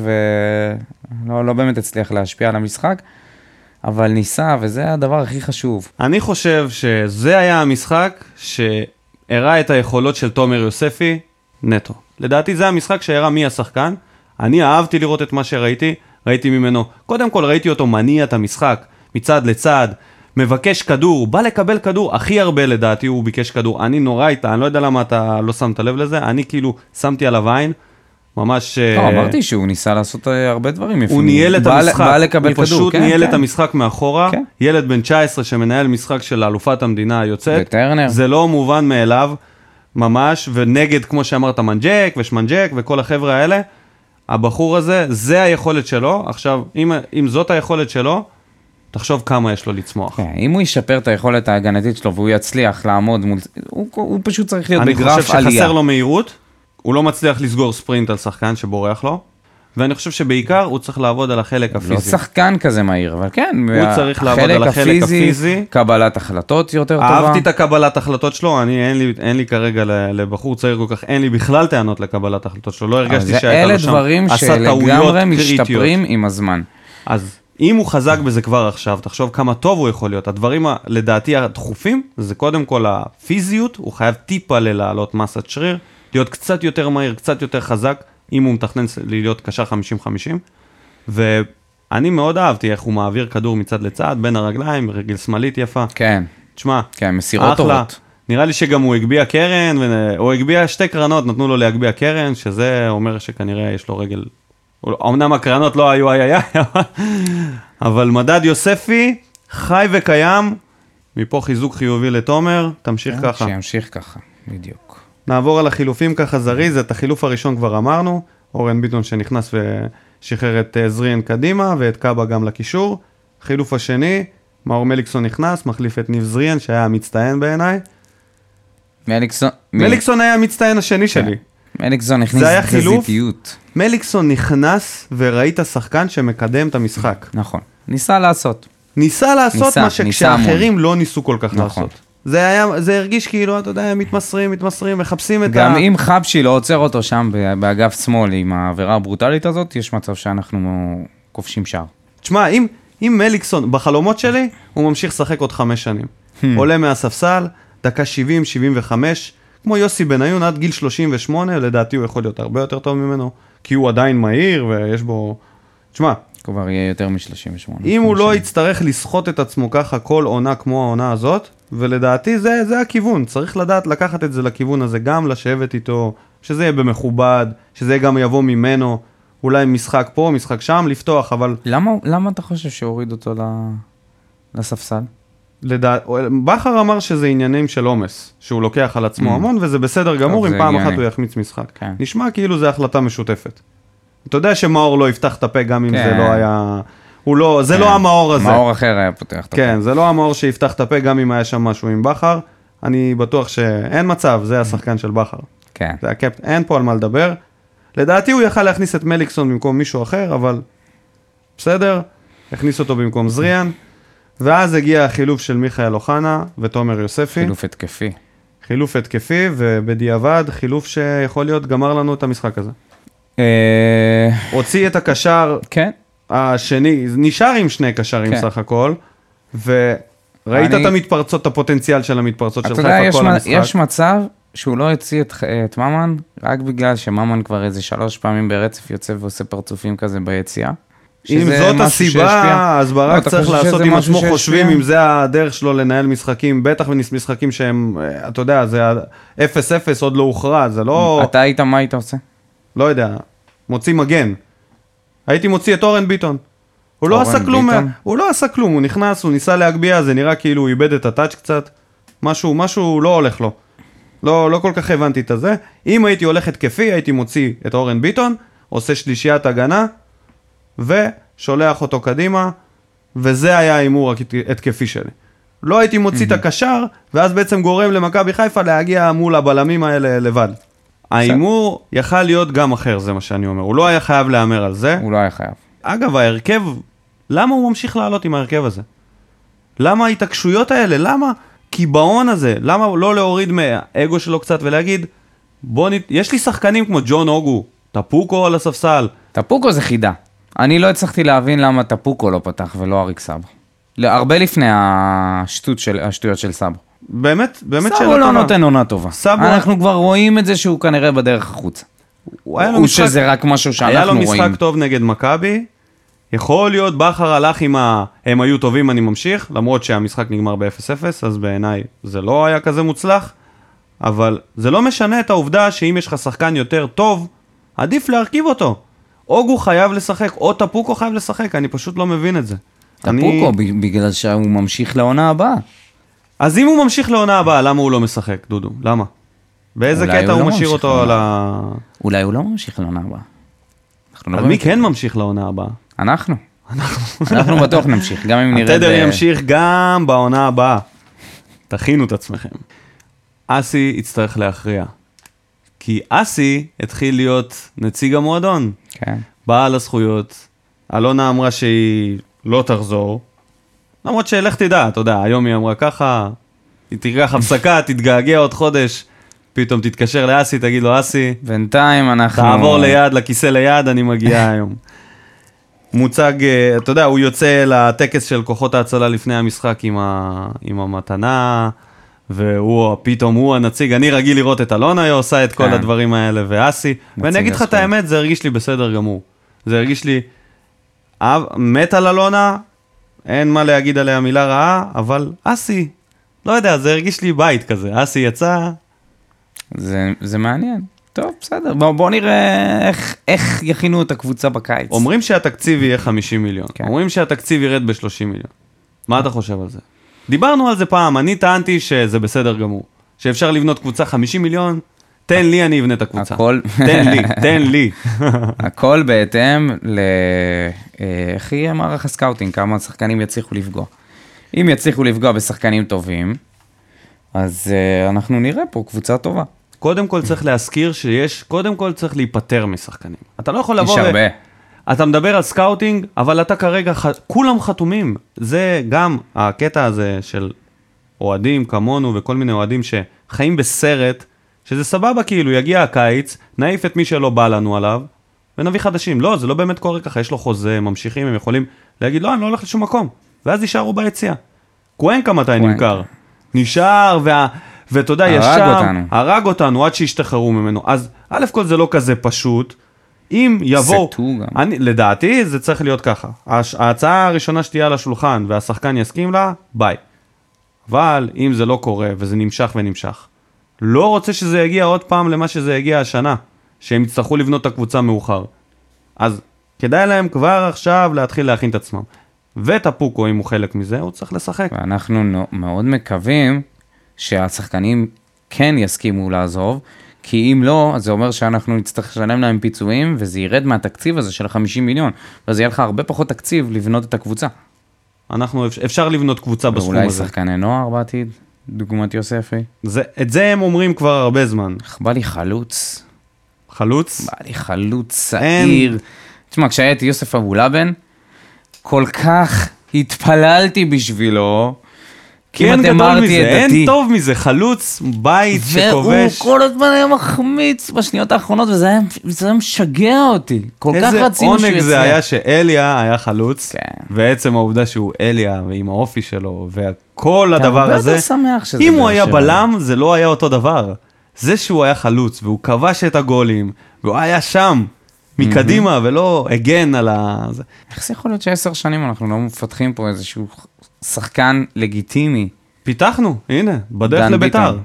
ולא באמת הצליח להשפיע על המשחק, אבל ניסה, וזה הדבר הכי חשוב. אני חושב שזה היה המשחק שהראה את היכולות של תומר יוספי נטו. לדעתי זה המשחק שהראה מי השחקן. אני אהבתי לראות את מה שראיתי, ראיתי ממנו. קודם כל ראיתי אותו מניע את המשחק, מצד לצד, מבקש כדור, בא לקבל כדור, הכי הרבה לדעתי הוא ביקש כדור. אני נורא איתה, אני לא יודע למה אתה לא שמת לב לזה, אני כאילו שמתי עליו עין, ממש... לא, אמרתי שהוא ניסה לעשות הרבה דברים יפים. הוא ניהל את המשחק, בא לקבל כדור, הוא פשוט ניהל את המשחק מאחורה, ילד בן 19 שמנהל משחק של אלופת המדינה היוצאת, וטרנר. זה לא מובן מאליו, ממש, ונגד, כמו שאמרת, מנג'ק ושמנג'ק וכל החבר'ה האלה, הבחור הזה, זה היכולת שלו. עכשיו, אם זאת היכולת שלו, תחשוב כמה יש לו לצמוח. אם הוא ישפר את היכולת ההגנתית שלו, והוא יצליח לעמוד מול... הוא פשוט צריך להיות בגרף עלייה. אני חושב שחסר לו מהירות, הוא לא מצליח לסגור ספרינט על שחקן שבורח לו, ואני חושב שבעיקר הוא צריך לעבוד על החלק הפיזי. לא שחקן כזה מהיר, אבל כן, הוא צריך לעבוד על החלק הפיזי. קבלת החלטות יותר טובה. אהבתי את הקבלת החלטות שלו, אין לי כרגע לבחור צעיר כל כך, אין לי בכלל טענות לקבלת החלטות שלו, לא הרגשתי שהייתה לו שם, דברים שלגמרי משתפרים עם הזמן. אז אם הוא חזק בזה כבר עכשיו, תחשוב כמה טוב הוא יכול להיות. הדברים לדעתי הדחופים, זה קודם כל הפיזיות, הוא חייב טיפה לעלות מסת שריר, להיות קצת יותר מהיר, קצת יותר חזק, אם הוא מתכנן להיות קשר 50-50, ואני מאוד אהבתי איך הוא מעביר כדור מצד לצד, בין הרגליים, רגל שמאלית יפה. כן. תשמע, כן, מסירות טובות. נראה לי שגם הוא הגביע קרן, הוא הגביע 2 קרנות, נתנו לו להגביע קרן, שזה אומר שכנראה יש לו רגל, אמנם הקרנות לא היו אבל מדד יוספי, חי וקיים, מפה חיזוק חיובי לתומר, תמשיך ככה. שימשיך ככה, בדיוק. נעבור על החילופים ככה זריז, את החילוף הראשון כבר אמרנו, אורן ביטון שנכנס ושחרר את זריאן קדימה, ואת קאבה גם לקישור. חילוף השני, מאור מליקסון נכנס, מחליף את ניב זריאן, שהיה מצטיין בעיניי. מליקסון היה המצטיין השני שלי. מליקסון נכנס בזיטיות. מליקסון נכנס וראית שחקן שמקדם את המשחק. נכון. ניסה לעשות מה שכשאחרים לא ניסו כל כך לעשות. זה הרגיש כאילו, אתה יודע, מתמסרים, מחפשים את גם אם חבשי לא עוצר אותו שם באגף שמאל עם העבירה הברוטלית הזאת, יש מצב שאנחנו כובשים שער. תשמע, אם מליקסון, בחלומות שלי, הוא ממשיך לשחק עוד 5 שנים. עולה מהספסל, דקה 70-75, כמו יוסי בניון עד גיל 38, לדעתי הוא יכול להיות הרבה יותר טוב ממנו, כי הוא עדיין מהיר ויש בו... תשמע, כבר יהיה יותר מ-38. אם הוא לא יצטרך לסחוט את עצמו ככה כל עונה כמו העונה הזאת, ולדעתי זה הכיוון, צריך לדעת לקחת את זה לכיוון הזה, גם לשבת איתו, שזה יהיה במכובד, שזה גם יבוא ממנו, אולי משחק פה, משחק שם, לפתוח, אבל... למה אתה חושב שהוריד אותו לספסל? בכר אמר שזה עניינים של אומס, שהוא לוקח על עצמו המון, וזה בסדר גמור אם פעם אחת הוא יחמיץ משחק. נשמע כאילו זה החלטה משותפת. אתה יודע שמאור לא יפתח את הפה גם אם זה לא היה... זה לא המאור הזה. מאור אחר היה פותח את הפה. כן, זה לא המאור שיפתח את הפה גם אם היה שם משהו עם בכר. אני בטוח שאין מצב, זה השחקן של בכר. כן. זה הקפטן, אין פה על מה לדבר. לדעתי הוא יכל להכניס את מליקסון במקום מישהו אחר, אבל בסדר, הכניס אותו במקום זריאן. ואז הגיע החילוף של מיכאל אוחנה ותומר יוספי. חילוף התקפי, ובדיעבד חילוף שיכול להיות גמר לנו את המשחק הזה. הוציא את הקשר השני, נשאר עם 2 קשרים סך הכל, וראית את הפוטנציאל של המתפרצות של חיפה כל המשחק. יש מצב שהוא לא הוציא את ממן, רק בגלל שממן כבר איזה 3 פעמים ברצף יוצא ועושה פרצופים כזה ביציאה. אם זאת הסיבה, אז ברק צריך לעשות עם עצמו חושבים, אם זה הדרך שלו לנהל משחקים, בטח משחקים שהם, אתה יודע, זה 0-0 עוד לא הוכרע, זה לא... אתה היית, מה היית עושה? לא יודע, מוציא מגן. הייתי מוציא את אורן ביטון. הוא לא עשה כלום, הוא נכנס, הוא ניסה להגביע, זה נראה כאילו הוא איבד את הטאץ' קצת, משהו לא הולך לו. לא כל כך הבנתי את זה. אם הייתי הולך התקפי, הייתי מוציא את אורן ביטון, עושה שלישיית הגנה, ושולח אותו קדימה, וזה היה האימור התקפי שלי. לא הייתי מוציא את הקשר, ואז בעצם גורם למכבי חיפה להגיע מול הבלמים האלה לבד. האימור יכל להיות גם אחר, זה מה שאני אומר. הוא לא היה חייב לאמר על זה. הוא לא היה חייב. אגב, ההרכב, למה הוא ממשיך לעלות עם ההרכב הזה? למה ההתעקשויות האלה? למה קיבעון הזה? למה לא להוריד מהאגו שלו קצת ולהגיד, יש לי שחקנים כמו ג'ון אוגו, טפוקו על הספסל. טפוקו זה חידה. אני לא הצלחתי להבין למה טפוקו לא פתח ולא אריק סאבו. הרבה לפני השטויות של סאבו. באמת שאלה טובה. סאבו לא נותן עונה טובה. אנחנו כבר רואים את זה שהוא כנראה בדרך החוצה. הוא שזה רק משהו שאנחנו רואים. היה לו משחק טוב נגד מכבי. יכול להיות, בכר הלך עם הם היו טובים, אני ממשיך, למרות שהמשחק נגמר ב-0-0, אז בעיניי זה לא היה כזה מוצלח, אבל זה לא משנה את העובדה שאם יש לך שחקן יותר טוב, עדיף להרכיב אותו. אוגו חייב לשחק, או טפוקו חייב לשחק, אני פשוט לא מבין את זה. טפוקו, בגלל שהוא ממשיך לעונה הבאה. אז אם הוא ממשיך לעונה הבאה, למה הוא לא משחק, דודו? למה? באיזה קטע הוא משאיר אותו על ה... אולי הוא לא ממשיך לעונה הבאה. אז מי כן ממשיך לעונה הבאה? אנחנו בטוח נמשיך, גם אם נראה... התדר ימשיך גם בעונה הבאה. תכינו את עצמכם. אסי יצטרך להכריע. כי אסי התחיל להיות נציג המועדון. כן. בעל הזכויות. אלונה אמרה שהיא לא תחזור. למרות שלך תדע, אתה יודע, היום היא אמרה ככה, היא תיקח הפסקה, תתגעגע עוד חודש, פתאום תתקשר לאסי, תגיד לו, אסי, בינתיים אנחנו... תעבור ליד, לכיסא ליד, אני מגיע היום. מוצג, אתה יודע, הוא יוצא לטקס של כוחות ההצלה לפני המשחק עם המתנה, ופתאום הוא הנציג, אני רגיל לראות את אלונה, היא עושה את כל הדברים האלה, ואסי, ואני אגיד לך את האמת, זה הרגיש לי בסדר גמור. זה הרגיש לי, מת על אלונה, אין מה להגיד עליה מילה רעה, אבל אסי, לא יודע, זה הרגיש לי בית כזה, אסי יצא. זה מעניין. טוב, בסדר. בוא נראה איך יכינו את הקבוצה בקיץ. אומרים שהתקציב יהיה 50 מיליון. אומרים שהתקציב ירד ב-30 מיליון. מה אתה חושב על זה? דיברנו על זה פעם, אני טענתי שזה בסדר גמור. שאפשר לבנות קבוצה 50 מיליון, תן לי, אני אבנה את הקבוצה. תן לי. הכל בהתאם איך יהיה מערך הסקאוטינג, כמה שחקנים יצליחו לפגוע. אם יצליחו לפגוע בשחקנים טובים, אז אנחנו נראה פה קבוצה טובה. קודם כל צריך להזכיר שיש, קודם כל צריך להיפטר משחקנים. אתה לא יכול לבוא... יש הרבה. אתה מדבר על סקאוטינג, אבל אתה כרגע, כולם חתומים. זה גם הקטע הזה של אוהדים כמונו וכל מיני אוהדים שחיים בסרט, שזה סבבה כאילו, יגיע הקיץ, נעיף את מי שלא בא לנו עליו, ונביא חדשים. לא, זה לא באמת קורה ככה, יש לו חוזה, ממשיכים, הם יכולים להגיד, לא, אני לא הולך לשום מקום. ואז נשארו ביציאה. קוונקה מתי נמכר? נשאר, ואתה יודע, ישם, הרג אותנו עד שהשתחררו ממנו. אז א' כל זה לא כזה פשוט. אם יבוא, לדעתי זה צריך להיות ככה. ההצעה הראשונה שתהיה על השולחן והשחקן יסכים לה, ביי. אבל אם זה לא קורה וזה נמשך ונמשך, לא רוצה שזה יגיע עוד פעם למה שזה יגיע השנה, שהם יצטרכו לבנות את הקבוצה מאוחר. אז כדאי להם כבר עכשיו להתחיל להכין את עצמם. וטפוקו, אם הוא חלק מזה, הוא צריך לשחק. ואנחנו מאוד מקווים שהשחקנים כן יסכימו לעזוב, כי אם לא, אז זה אומר שאנחנו נצטרך לשלם להם פיצויים, וזה ירד מהתקציב הזה של 50 מיליון, ואז יהיה לך הרבה פחות תקציב לבנות את הקבוצה. אפשר לבנות קבוצה בסכום הזה. ואולי שחקני נוער בעתיד, דוגמת יוספי. את זה הם אומרים כבר הרבה זמן. בא לי חלוץ. חלוץ? בא לי חלוץ צעיר. תשמע, כשהייתי יוסף אבולאבן, כל כך התפללתי בשבילו, כי אין גדול מזה, אין טוב מזה, חלוץ, בית שכובש. והוא כל הזמן היה מחמיץ בשניות האחרונות, וזה היה משגע אותי. כל כך רצינו שהוא יצליח. איזה עונג זה היה שאליה היה חלוץ, ועצם העובדה שהוא אליה, ועם האופי שלו, וכל הדבר הזה, אם הוא היה בלם, זה לא היה אותו דבר. זה שהוא היה חלוץ, והוא כבש את הגולים, והוא היה שם, מקדימה, ולא הגן על ה... איך זה יכול להיות ש10 שנים אנחנו לא מפתחים פה איזשהו שחקן לגיטימי? פיתחנו, הנה, בדרך לביתר.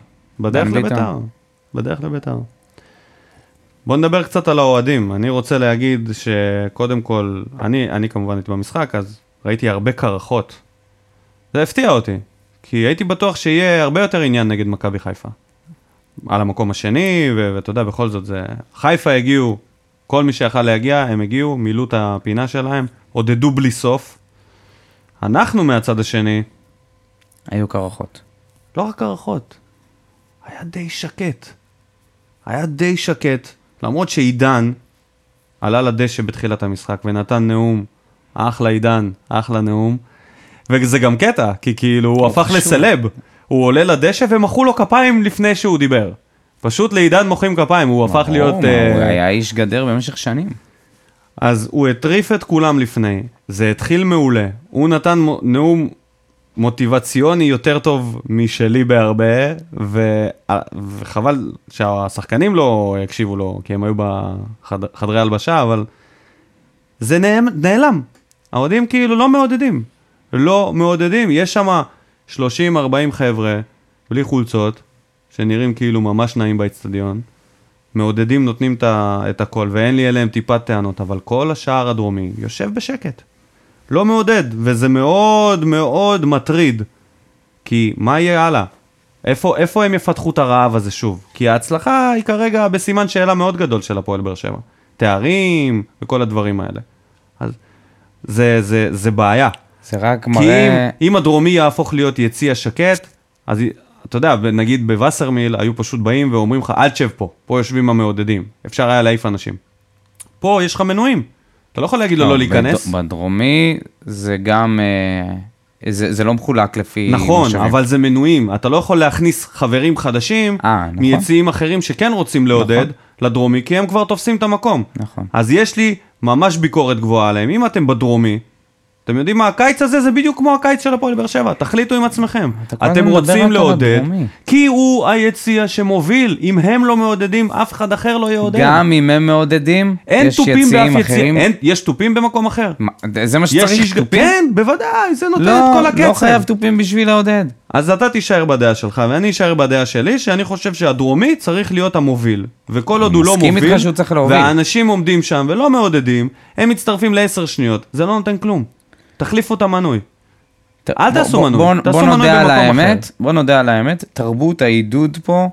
בדרך לביתר. בוא נדבר קצת על האוהדים. אני רוצה להגיד שקודם כל, אני כמובן הייתי במשחק, אז ראיתי הרבה קרחות. זה הפתיע אותי, כי הייתי בטוח שיהיה הרבה יותר עניין נגד מכבי חיפה. על המקום השני, ואתה יודע, בכל זאת, חיפה הגיעו, כל מי שיכל להגיע, הם הגיעו, מילאו את הפינה שלהם, עודדו בלי סוף. אנחנו מהצד השני, היו קרחות. לא רק קרחות, היה די שקט. היה די שקט, למרות שעידן עלה לדשא בתחילת המשחק ונתן נאום, אחלה עידן, אחלה נאום, וזה גם קטע, כי כאילו הוא הפך לסלב, הוא עולה לדשא ומחאו לו כפיים לפני שהוא דיבר. פשוט לעידן מוחאים כפיים, הוא הפך להיות... הוא היה איש גדר במשך שנים. אז הוא הטריף את כולם לפני, זה התחיל מעולה, הוא נתן נאום מוטיבציוני יותר טוב משלי בהרבה, וחבל שהשחקנים לא הקשיבו לו, כי הם היו בחדרי הלבשה, אבל זה נעלם. האוהדים כאילו לא מעודדים, יש שם 30-40 חבר'ה, בלי חולצות, שנראים כאילו ממש נעים באצטדיון, מעודדים נותנים את הכל, ואין לי אליהם טיפת טענות, אבל כל השער הדרומי יושב בשקט. לא מעודד, וזה מאוד מאוד מטריד. כי מה יהיה הלאה? איפה הם יפתחו את הרעב הזה שוב? כי ההצלחה היא כרגע בסימן שאלה מאוד גדול של הפועל באר שבע. תארים וכל הדברים האלה. אז זה בעיה. זה רק מראה... כי אם הדרומי יהפוך להיות יציע שקט, אז אתה יודע, נגיד בווסרמיל היו פשוט באים ואומרים לך, אל תשב פה יושבים המעודדים. אפשר היה להעיף אנשים. פה יש לך מנויים. אתה לא יכול להגיד לו לא להיכנס. בדרומי זה גם, זה לא מחולק לפי... נכון, אבל זה מנויים. אתה לא יכול להכניס חברים חדשים מיציעים אחרים שכן רוצים לעודד לדרומי, כי הם כבר תופסים את המקום. נכון. אז יש לי ממש ביקורת גבוהה עליהם. אם אתם בדרומי, אתם יודעים מה, הקיץ הזה זה בדיוק כמו הקיץ של הפועל באר שבע, תחליטו עם עצמכם. אתם רוצים לעודד, כי הוא היציע שמוביל, אם הם לא מעודדים, אף אחד אחר לא יעודד. גם אם הם מעודדים, יש יציעים אחרים. יש טופים במקום אחר. זה מה שצריך, טופים? כן, בוודאי, זה נותן את כל הקצב. לא חייב טופים בשביל לעודד. אז אתה תישאר בדעה שלך, ואני אשאר בדעה שלי, שאני חושב שהדרומי צריך להיות המוביל. וכל עוד הוא לא מוביל, והאנשים עומדים שם ולא מעודדים, הם מצטרפים ל10 שניות. זה לא נותן כלום. תחליפו את המנוי. אל תעשו מנוי. תעשו מנוי במקום אחר. בוא נודה על האמת, תרבות העידוד פה,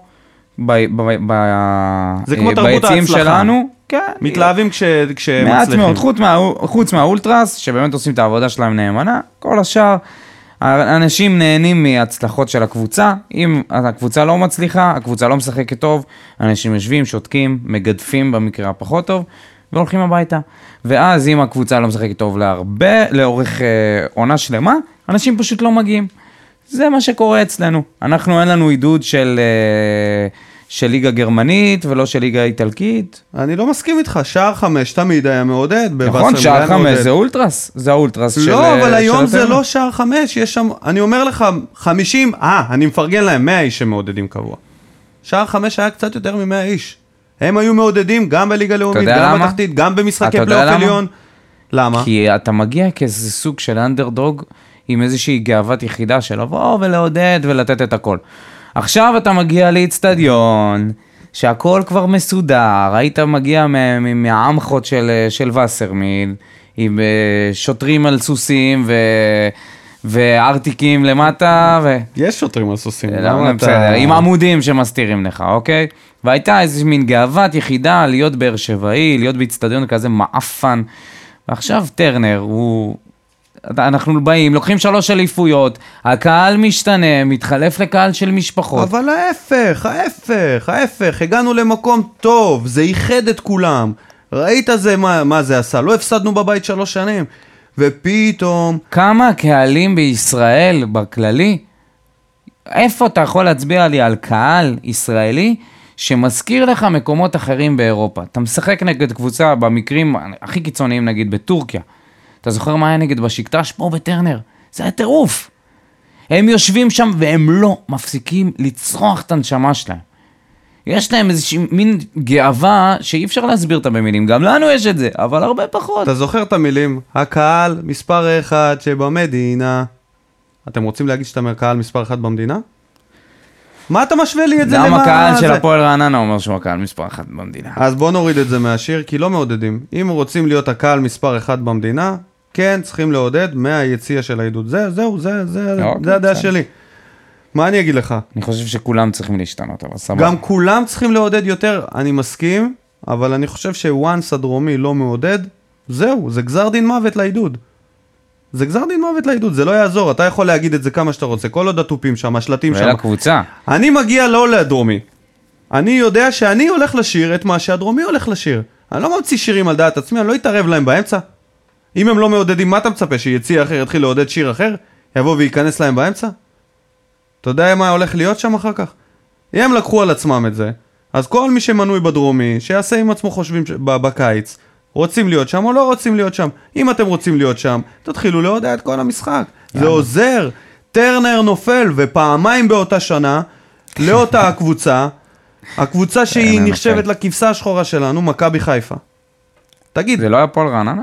זה כמו תרבות ההצלחה. מתלהבים כשמצליחים. מעט מאוד, חוץ מהאולטרס, שבאמת עושים את העבודה שלהם נאמנה, כל השאר, אנשים נהנים מהצלחות של הקבוצה, אם הקבוצה לא מצליחה, הקבוצה לא משחקת טוב, אנשים יושבים, שותקים, מגדפים במקרה הפחות טוב, והולכים הביתה. ואז אם הקבוצה לא משחקת טוב לאורך עונה שלמה, אנשים פשוט לא מגיעים. זה מה שקורה אצלנו. אין לנו עידוד של ליגה גרמנית ולא של ליגה איטלקית. אני לא מסכים איתך, שער 5 תמיד היה מעודד. נכון, שער 5 זה אולטרס. זה האולטרס של... לא, אבל היום זה לא שער 5, יש שם, אני אומר לך, 50, אני מפרגן להם 100 איש שמעודדים קבוע. שער 5 היה קצת יותר מ100 איש. הם היו מעודדים גם בליגה לאומית, גם בתחתית, גם במשחקי פלייאוף עליון. למה? כי אתה מגיע כאיזה סוג של אנדרדוג, עם איזושהי גאוות יחידה של לבוא ולעודד ולתת את הכל. עכשיו אתה מגיע לאצטדיון, שהכל כבר מסודר, היית מגיע מהעמכות של וסרמיל, עם שוטרים על סוסים וארטיקים למטה, יש שוטרים על סוסים. עם עמודים שמסתירים לך, אוקיי? והייתה איזו מין גאוות יחידה להיות באר שבעי, להיות באצטדיון כזה מעפן. ועכשיו טרנר, אנחנו באים, לוקחים 3 אליפויות, הקהל משתנה, מתחלף לקהל של משפחות. אבל ההפך, הגענו למקום טוב, זה ייחד את כולם. ראית מה זה עשה? לא הפסדנו בבית 3 שנים. ופתאום... כמה קהלים בישראל, בכללי, איפה אתה יכול להצביע לי על קהל ישראלי שמזכיר לך מקומות אחרים באירופה? אתה משחק נגד קבוצה במקרים הכי קיצוניים, נגיד בטורקיה. אתה זוכר מה היה נגד בשקטש פה בטרנר? זה היה טירוף. הם יושבים שם והם לא מפסיקים לצרוח את הנשמה שלהם. יש להם איזושהי מין גאווה שאי אפשר להסביר אותה במילים. גם לנו יש את זה, אבל הרבה פחות. אתה זוכר את המילים? הקהל מספר 1 שבמדינה. אתם רוצים להגיד שאתה קהל מספר 1 במדינה? מה אתה משווה לי את זה למה? גם הקהל של הפועל רעננה אומר שהוא הקהל מספר 1 במדינה. אז בוא נוריד את זה מהשיר, כי לא מעודדים. אם רוצים להיות הקהל מספר 1 במדינה, כן, צריכים לעודד מהיציע של העידוד. זהו, זה הדעה שלי. מה אני אגיד לך? אני חושב שכולם צריכים להשתנות, אבל סבבה. גם כולם צריכים לעודד יותר, אני מסכים, אבל אני חושב שוואנס הדרומי לא מעודד, זהו, זה גזר דין מוות לעידוד. זה גזר דין מוות לעידוד, זה לא יעזור, אתה יכול להגיד את זה כמה שאתה רוצה, כל עוד הטופים שם, השלטים שם. ולקבוצה. אני מגיע לא לדרומי. אני יודע שאני הולך לשיר את מה שהדרומי הולך לשיר. אני לא ממציא שירים על דעת עצמי, אני לא אתערב להם באמצע. אם הם לא מעודדים, מה אתה מצפה? שיציע אחר, יתחיל לעודד שיר אחר? יבוא וייכנס להם באמצע? אתה יודע מה הולך להיות שם אחר כך? הם לקחו על עצמם את זה, אז כל מי שמנוי בדרומי, שיעשה עם עצמו חושבים בקיץ, רוצים להיות שם או לא רוצים להיות שם. אם אתם רוצים להיות שם, תתחילו לעודד את כל המשחק. זה עוזר. טרנר נופל, ופעמיים באותה שנה, לאותה הקבוצה, הקבוצה שהיא נחשבת לכבשה השחורה שלנו, מכבי חיפה. תגיד. זה לא היה פועל רעננה?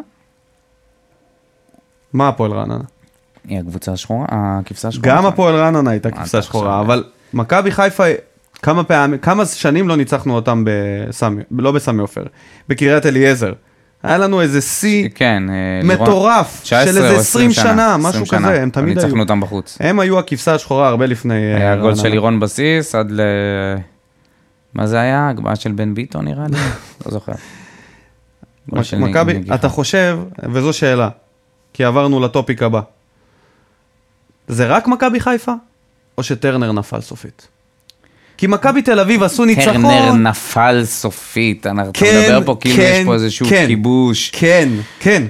מה הפועל רעננה? היא הקבוצה השחורה, הכבשה השחורה. גם הפועל רעננה הייתה כבשה שחורה, אבל מכבי חיפה, כמה שנים לא ניצחנו אותם לא בסמי עופר, בקריית אליעזר. היה לנו איזה שיא מטורף של איזה 20 שנה, משהו כזה, הם תמיד היו. ניצחנו אותם בחוץ. הם היו הכבשה השחורה הרבה לפני... היה גול של לירון בסיס עד ל... מה זה היה? הגבעה של בן ביטון נראה לי? לא זוכר. מכבי, אתה חושב, וזו שאלה, כי עברנו לטופיק הבא. זה רק מכבי חיפה? או שטרנר נפל סופית? כי מכבי תל אביב עשו ניצחון. טרנר נפל סופית. אתה מדבר פה כאילו יש פה איזשהו כיבוש. כן, כן.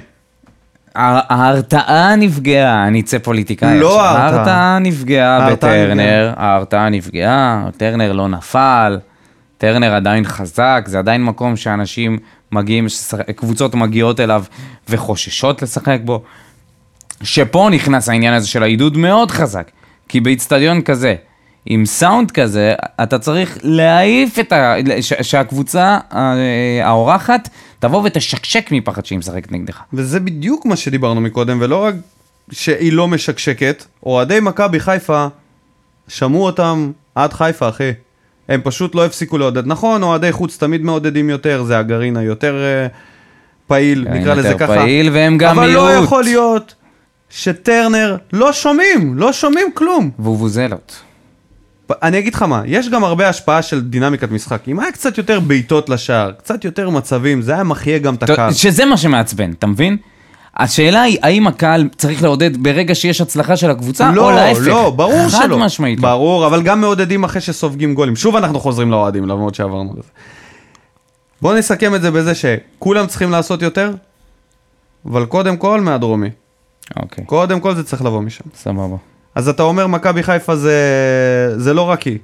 ההרתעה נפגעה, אני אצא פוליטיקאי. לא ההרתעה. ההרתעה נפגעה בטרנר, ההרתעה נפגעה, טרנר לא נפל, טרנר עדיין חזק, זה עדיין מקום שאנשים מגיעים, קבוצות מגיעות אליו וחוששות לשחק בו. שפה נכנס העניין הזה של העידוד מאוד חזק, כי באצטדיון כזה, עם סאונד כזה, אתה צריך להעיף שהקבוצה האורחת תבוא ותשקשק מפחד שהיא משחקת נגדך. וזה בדיוק מה שדיברנו מקודם, ולא רק שהיא לא משקשקת, אוהדי מכבי חיפה שמעו אותם עד חיפה, אחי. הם פשוט לא הפסיקו לעודד. נכון, אוהדי חוץ תמיד מעודדים יותר, זה הגרעין היותר פעיל, נקרא לזה ככה. פעיל, והם גם אבל מיעוט. לא יכול להיות שטרנר לא שומעים כלום. ובוזלות. אני אגיד לך מה, יש גם הרבה השפעה של דינמיקת משחק. אם היה קצת יותר בעיטות לשער, קצת יותר מצבים, זה היה מחיה גם את הקהל. שזה מה שמעצבן, אתה מבין? השאלה היא, האם הקהל צריך לעודד ברגע שיש הצלחה של הקבוצה, או להפך? לא, ברור שלא. חד משמעית. ברור, אבל גם מעודדים אחרי שסופגים גולים. שוב אנחנו חוזרים לאוהדים, למרות שעברנו לזה. בואו נסכם את זה בזה שכולם צריכים לעשות יותר, אבל קודם כל מהדרומי. אוקיי. קודם כל זה צריך לבוא משם. סבבה. אז אתה אומר, מכבי חיפה זה לא רק היא,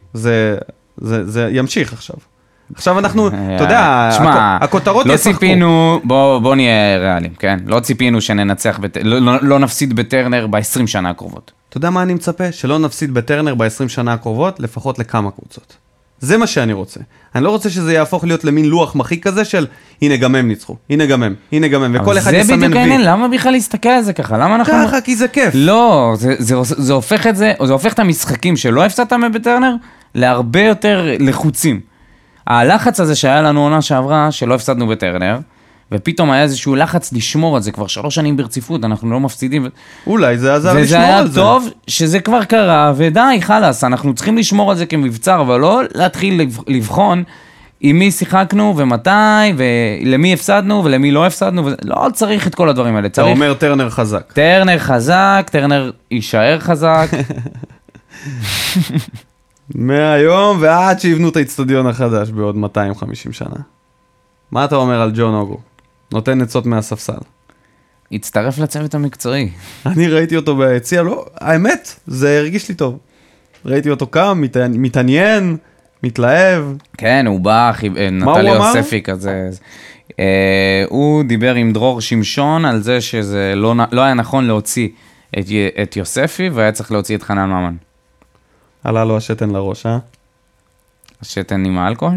זה ימשיך עכשיו. עכשיו אנחנו, אתה יודע, הכותרות לא ציפינו, בוא נהיה ריאליים, כן? לא ציפינו שננצח, לא נפסיד בטרנר ב-20 שנה הקרובות. אתה יודע מה אני מצפה? שלא נפסיד בטרנר ב-20 שנה הקרובות, לפחות לכמה קבוצות. זה מה שאני רוצה. אני לא רוצה שזה יהפוך להיות למין לוח מחי כזה של, הנה גם הם ניצחו, הנה גם הם, וכל אחד יסמן וי. זה בדיוק העניין, למה בכלל להסתכל על זה ככה? למה אנחנו... ככה, כי זה כיף. לא, זה הופך את המשחקים שלא הפסדת בטרנר, להרבה יותר לחוצים. הלחץ הזה שהיה לנו עונה שעברה, שלא הפסדנו בטרנר, ופתאום היה איזשהו לחץ לשמור על זה, כבר 3 שנים ברציפות, אנחנו לא מפסידים. אולי זה עזר לשמור על זה. וזה היה טוב שזה כבר קרה, ודי, חלס, אנחנו צריכים לשמור על זה כמבצר, אבל לא להתחיל לבחון עם מי שיחקנו ומתי, ולמי הפסדנו ולמי לא הפסדנו, לא צריך את כל הדברים האלה. אתה אומר טרנר חזק. טרנר חזק, טרנר יישאר חזק. מהיום ועד שיבנו את האצטדיון החדש בעוד 250 שנה. מה אתה אומר על ג'ון אוגו? נותן עצות מהספסל. הצטרף לצוות המקצועי. אני ראיתי אותו ביציע, לא, האמת, זה הרגיש לי טוב. ראיתי אותו קם, מתעניין, מתלהב. כן, הוא בא, נטלי יוספי כזה. הוא דיבר עם דרור שמשון על זה שזה לא היה נכון להוציא את יוספי, והיה צריך להוציא את חנן ממן. עלה לו השתן לראש, השתן עם האלכוהול?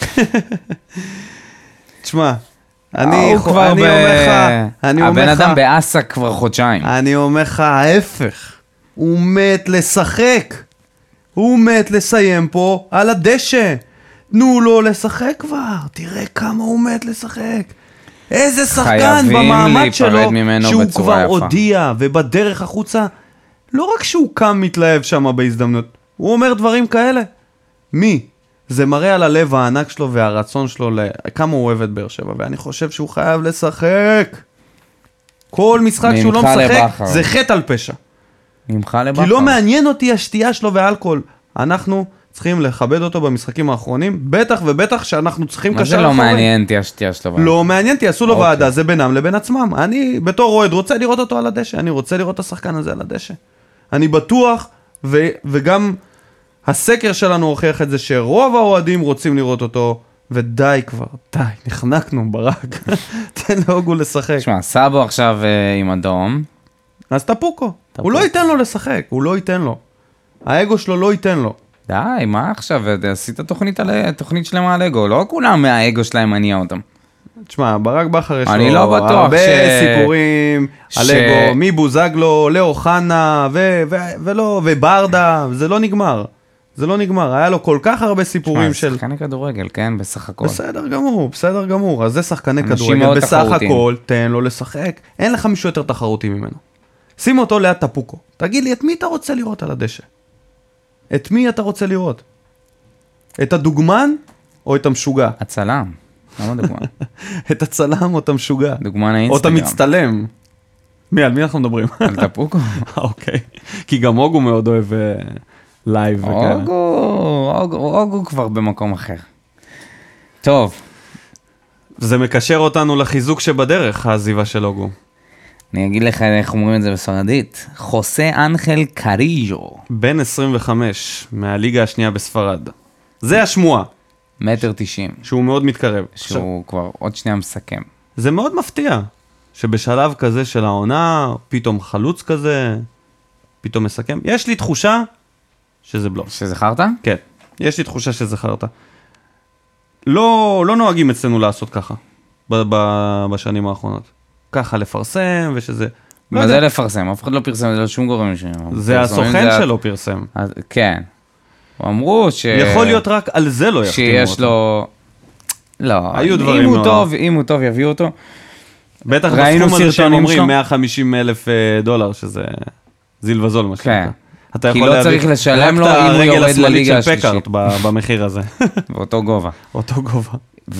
תשמע, אני אומר לך, הבן אדם באסה כבר חודשיים. אני אומר לך, ההפך, הוא מת לשחק. הוא מת לסיים פה על הדשא. תנו לו לשחק כבר, תראה כמה הוא מת לשחק. איזה שחקן במעמד שלו, שהוא כבר הודיע ובדרך החוצה. לא רק שהוא קם מתלהב שם בהזדמנות, הוא אומר דברים כאלה. מי? זה מראה על הלב הענק שלו והרצון שלו, כמה הוא אוהב את באר שבע, ואני חושב שהוא חייב לשחק. כל משחק שהוא לא משחק, זה חטא על פשע. ממך לבחר. כי לא מעניין אותי השתייה שלו ואלכוהול. אנחנו צריכים לכבד אותו במשחקים האחרונים, בטח ובטח שאנחנו צריכים קשר אחורי. מה זה לא מעניין אותי השתייה שלו? לא מעניין אותי, עשו לו ועדה, זה בינם לבין עצמם. אני בתור אוהד רוצה לראות אותו על הדשא, אני רוצה לראות את השחקן הזה על הדשא. אני בטוח, וגם הסקר שלנו הוכיח את זה, שרוב האוהדים רוצים לראות אותו, ודי כבר, די, נחנקנו ברק. תן לאוגו לשחק. תשמע, סאבו עכשיו עם אדום. אז טפוקו. הוא לא ייתן לו לשחק, הוא לא ייתן לו. האגו שלו לא ייתן לו. די, מה עכשיו? עשית תוכנית שלמה על אגו. לא כולם מהאגו שלהם מניע אותם. תשמע, ברק בכר יש לו לא הרבה סיפורים על אגו, מבוזגלו, לאו חנה, וברדה, זה לא נגמר. זה לא נגמר, היה לו כל כך הרבה סיפורים של... שחקני כדורגל, כן, בסך הכל. בסדר גמור, אז זה שחקני כדורגל, בסך הכל, תן לו לשחק, אין לך מישהו יותר תחרותי ממנו. שים אותו ליד טפוקו, תגיד לי, את מי אתה רוצה לראות על הדשא? את מי אתה רוצה לראות? את הדוגמן או את המשוגע? הצלם, למה דוגמן? את הצלם או את המשוגע? דוגמן האינסטגרם. או את המצטלם. על מי אנחנו מדברים? על טפוקו. אוקיי, כי גם אוגו מאוד אוהב... לייב וכאלה. אוגו כבר במקום אחר. טוב. זה מקשר אותנו לחיזוק שבדרך, העזיבה של אוגו. אני אגיד לך איך אומרים את זה בספרדית. חוסה אנחל קריז'ו. בן 25, מהליגה השנייה בספרד. זה השמועה. 1.90 מטר. שהוא מאוד מתקרב. שהוא כבר עוד שנייה מסכם. זה מאוד מפתיע, שבשלב כזה של העונה, פתאום חלוץ כזה, פתאום מסכם. יש לי תחושה שזה בלוף. שזכרת? כן, יש לי תחושה שזכרת. לא נוהגים אצלנו לעשות ככה, בשנים האחרונות. ככה לפרסם, ושזה... מה זה לפרסם? אף אחד לא פרסם, זה לא שום גורם שם. זה הסוכן שלו פרסם. כן. אמרו ש... יכול להיות רק על זה לא יחתימו אותו. שיש לו... לא, היו דברים אם הוא טוב, יביאו אותו. בטח בסכום הזה שהם אומרים, $150,000, שזה זיל וזול, מה שנקרא. כי לא צריך לשלם לו אם הוא יורד לליגה השלישית. במחיר הזה. באותו גובה. אותו גובה.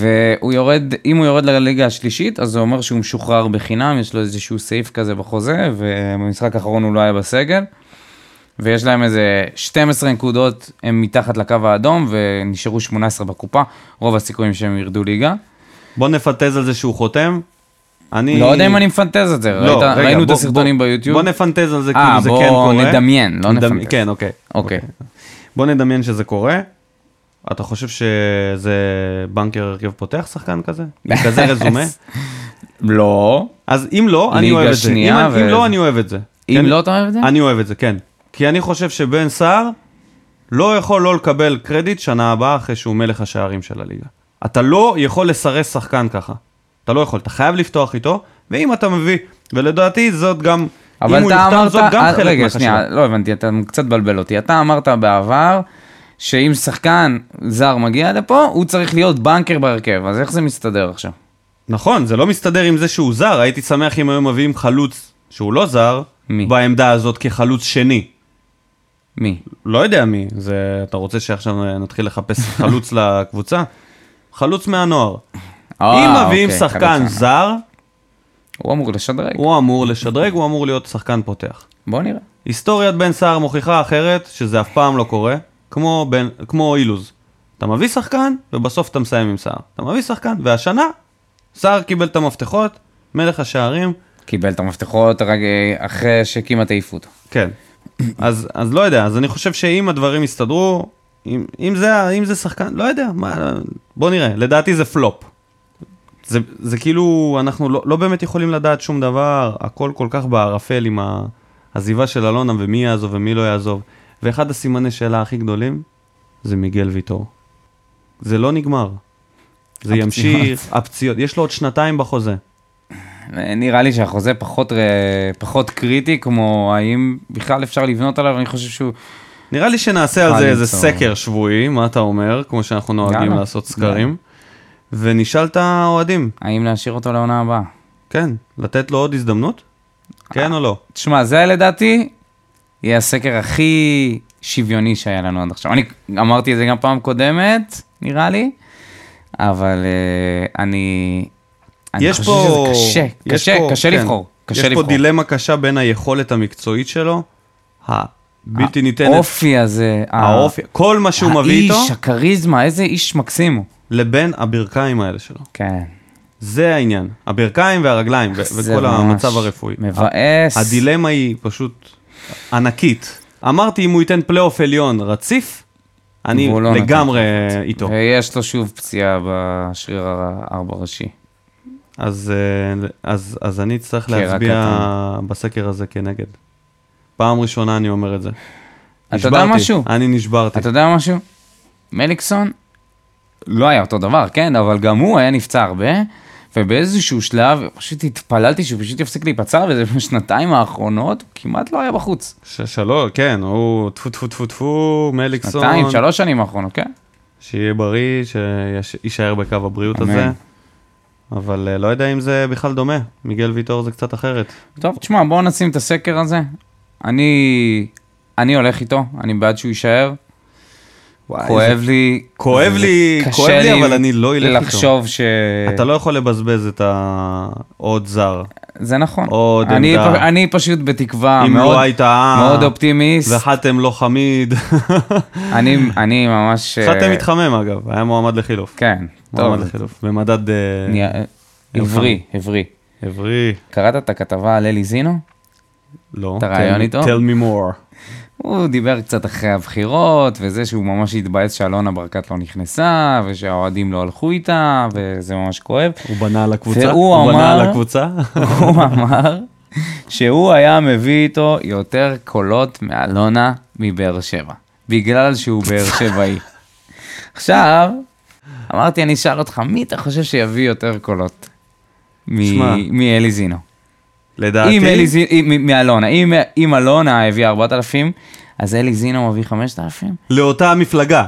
אם הוא יורד לליגה השלישית, אז זה אומר שהוא משוחרר בחינם, יש לו איזשהו סעיף כזה בחוזה, ובמשחק האחרון הוא לא היה בסגל, ויש להם איזה 12 נקודות, הם מתחת לקו האדום, ונשארו 18 בקופה, רוב הסיכויים שהם ירדו ליגה. בוא נפנטז על זה שהוא חותם. לא יודע אם אני מפנטז את זה, ראינו את הסרטונים ביוטיוב. בוא נפנטז על זה כאילו זה כן קורה. בוא נדמיין, לא נפנטז. כן, אוקיי. בוא נדמיין שזה קורה. אתה חושב שזה בנקר הרכב פותח שחקן כזה? כזה רזומה? לא. אז אם לא, אני אוהב את זה. אם לא, אני אוהב את זה. אם לא, אתה אוהב את זה? אני אוהב את זה, כן. כי אני חושב שבן סער לא יכול לא לקבל קרדיט שנה הבאה אחרי שהוא מלך השערים של הליגה. אתה לא יכול לסרס שחקן ככה. אתה לא יכול, אתה חייב לפתוח איתו, ואם אתה מביא, ולדעתי זאת גם, אם הוא יחתם זאת גם חלק רגע, שנייה, לא הבנתי, אתה קצת בלבל אותי. אתה אמרת בעבר, שאם שחקן זר מגיע לפה, הוא צריך להיות בנקר בהרכב, אז איך זה מסתדר עכשיו? נכון, זה לא מסתדר עם זה שהוא זר, הייתי שמח אם היום מביאים חלוץ שהוא לא זר, בעמדה הזאת כחלוץ שני. מי? לא יודע מי, אתה רוצה שעכשיו נתחיל לחפש חלוץ לקבוצה? חלוץ מהנוער. אם מביאים שחקן זר, הוא אמור לשדרג. הוא אמור להיות שחקן פותח. בוא נראה. היסטוריית בן סער מוכיחה אחרת, שזה אף פעם לא קורה, כמו אילוז. אתה מביא שחקן, ובסוף אתה מסיים עם סער. אתה מביא שחקן, והשנה, סער קיבל את המפתחות, מלך השערים. קיבל את המפתחות אחרי שכמעט העיפו אותו. כן. אז לא יודע, אז אני חושב שאם הדברים יסתדרו, אם זה שחקן, לא יודע, בוא נראה, לדעתי זה פלופ. זה כאילו, אנחנו לא באמת יכולים לדעת שום דבר, הכל כל כך בערפל עם העזיבה של אלונה, ומי יעזוב ומי לא יעזוב. ואחד הסימני שאלה הכי גדולים, זה מיגל ויטור. זה לא נגמר. זה ימשיך, הפציעות, יש לו עוד 2 בחוזה. נראה לי שהחוזה פחות קריטי, כמו האם בכלל אפשר לבנות עליו, אני חושב שהוא... נראה לי שנעשה על זה איזה סקר שבועי, מה אתה אומר, כמו שאנחנו נוהגים לעשות סקרים. ונשאל את האוהדים. האם להשאיר אותו לעונה הבאה? כן, לתת לו עוד הזדמנות? כן או לא? תשמע, זה לדעתי יהיה הסקר הכי שוויוני שהיה לנו עד עכשיו. אני אמרתי את זה גם פעם קודמת, נראה לי, אבל אני חושב שזה קשה לבחור. קשה יש לבחור. פה דילמה קשה בין היכולת המקצועית שלו, הבלתי ניתנת, האופי הזה, האופי, כל מה שהוא מביא איתו, האיש, הכריזמה, איזה איש מקסים הוא. לבין הברכיים האלה שלו. כן. זה העניין. הברכיים והרגליים, וכל המצב הרפואי. מבאס. הדילמה היא פשוט ענקית. אמרתי, אם הוא ייתן פלייאוף עליון רציף, אני והוא לא לגמרי איתו. ויש לו שוב פציעה בשריר הארבע ראשי. אז אני אצטרך קרע להצביע בסקר הזה כנגד. פעם ראשונה אני אומר את זה. אתה יודע משהו? אני נשברתי. אתה יודע משהו? מליקסון לא היה אותו דבר, כן? אבל גם הוא היה נפצע הרבה, ובאיזשהו שלב פשוט התפללתי שהוא פשוט יפסיק להיפצע, וזה בשנתיים האחרונות, הוא כמעט לא היה בחוץ. שלוש, כן, הוא טפו, מליקסון. 3 שנים האחרונות, כן? שיהיה בריא, שישאר בקו הבריאות הזה. אבל לא יודע אם זה בכלל דומה. מיגל ויטור זה קצת אחרת. טוב, תשמע, בואו נשים את הסקר הזה. אני הולך איתו, אני בעד שהוא יישאר. כואב לי, אבל אני לא אלך איתו. לחשוב אתה לא יכול לבזבז את העוד זר. זה נכון. עוד עמדה. אני פשוט בתקווה אם לא היית מאוד אופטימיסט. וחתם לא חמיד. אני ממש... חתם מתחמם אגב, היה מועמד לחילוף. כן, טוב. מועמד לחילוף, במדד... עברי. קראת את הכתבה על אלי זינו? לא. את הרעיון איתו? Tell me more. הוא דיבר קצת אחרי הבחירות, וזה שהוא ממש התבאס שאלונה ברקת לא נכנסה, ושהאוהדים לא הלכו איתה, וזה ממש כואב. הוא בנה על הקבוצה? והוא בנה על הקבוצה? הוא אמר שהוא היה מביא איתו יותר קולות מאלונה מבאר שבע, בגלל שהוא באר שבעי. עכשיו, אמרתי, אני אשאל אותך, מי אתה חושב שיביא יותר קולות מאלי זינו? לדעתי... מאלונה. אם אלונה הביא 4,000, אז אלי זינו מביא 5,000? לאותה מפלגה.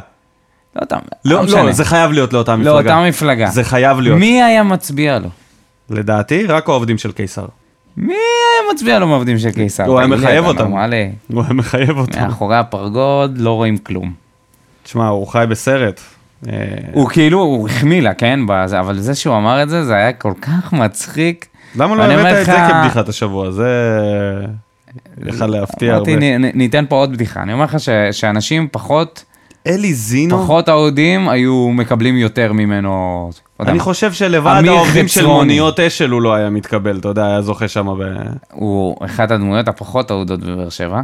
לא, זה חייב להיות לאותה מפלגה. לאותה מפלגה. זה חייב להיות. מי היה מצביע לו? לדעתי, רק העובדים של קיסר. מי היה מצביע לו מעובדים של קיסר? הוא היה מחייב אותם. הוא היה מחייב אותם. מאחורי הפרגוד לא רואים כלום. תשמע, הוא חי בסרט. הוא כאילו, הוא החמיא לה, כן? אבל זה שהוא אמר את זה, זה היה כל כך מצחיק. למה לא הבאת את זה כבדיחת השבוע? זה יכל להפתיע הרבה. ניתן פה עוד בדיחה. אני אומר לך שאנשים פחות... אלי זינו? פחות העובדים היו מקבלים יותר ממנו. אני חושב שלבד העובדים של מוניות אשל הוא לא היה מתקבל, אתה יודע, היה זוכה שם הוא אחת הדמויות הפחות העודות בבאר שבע.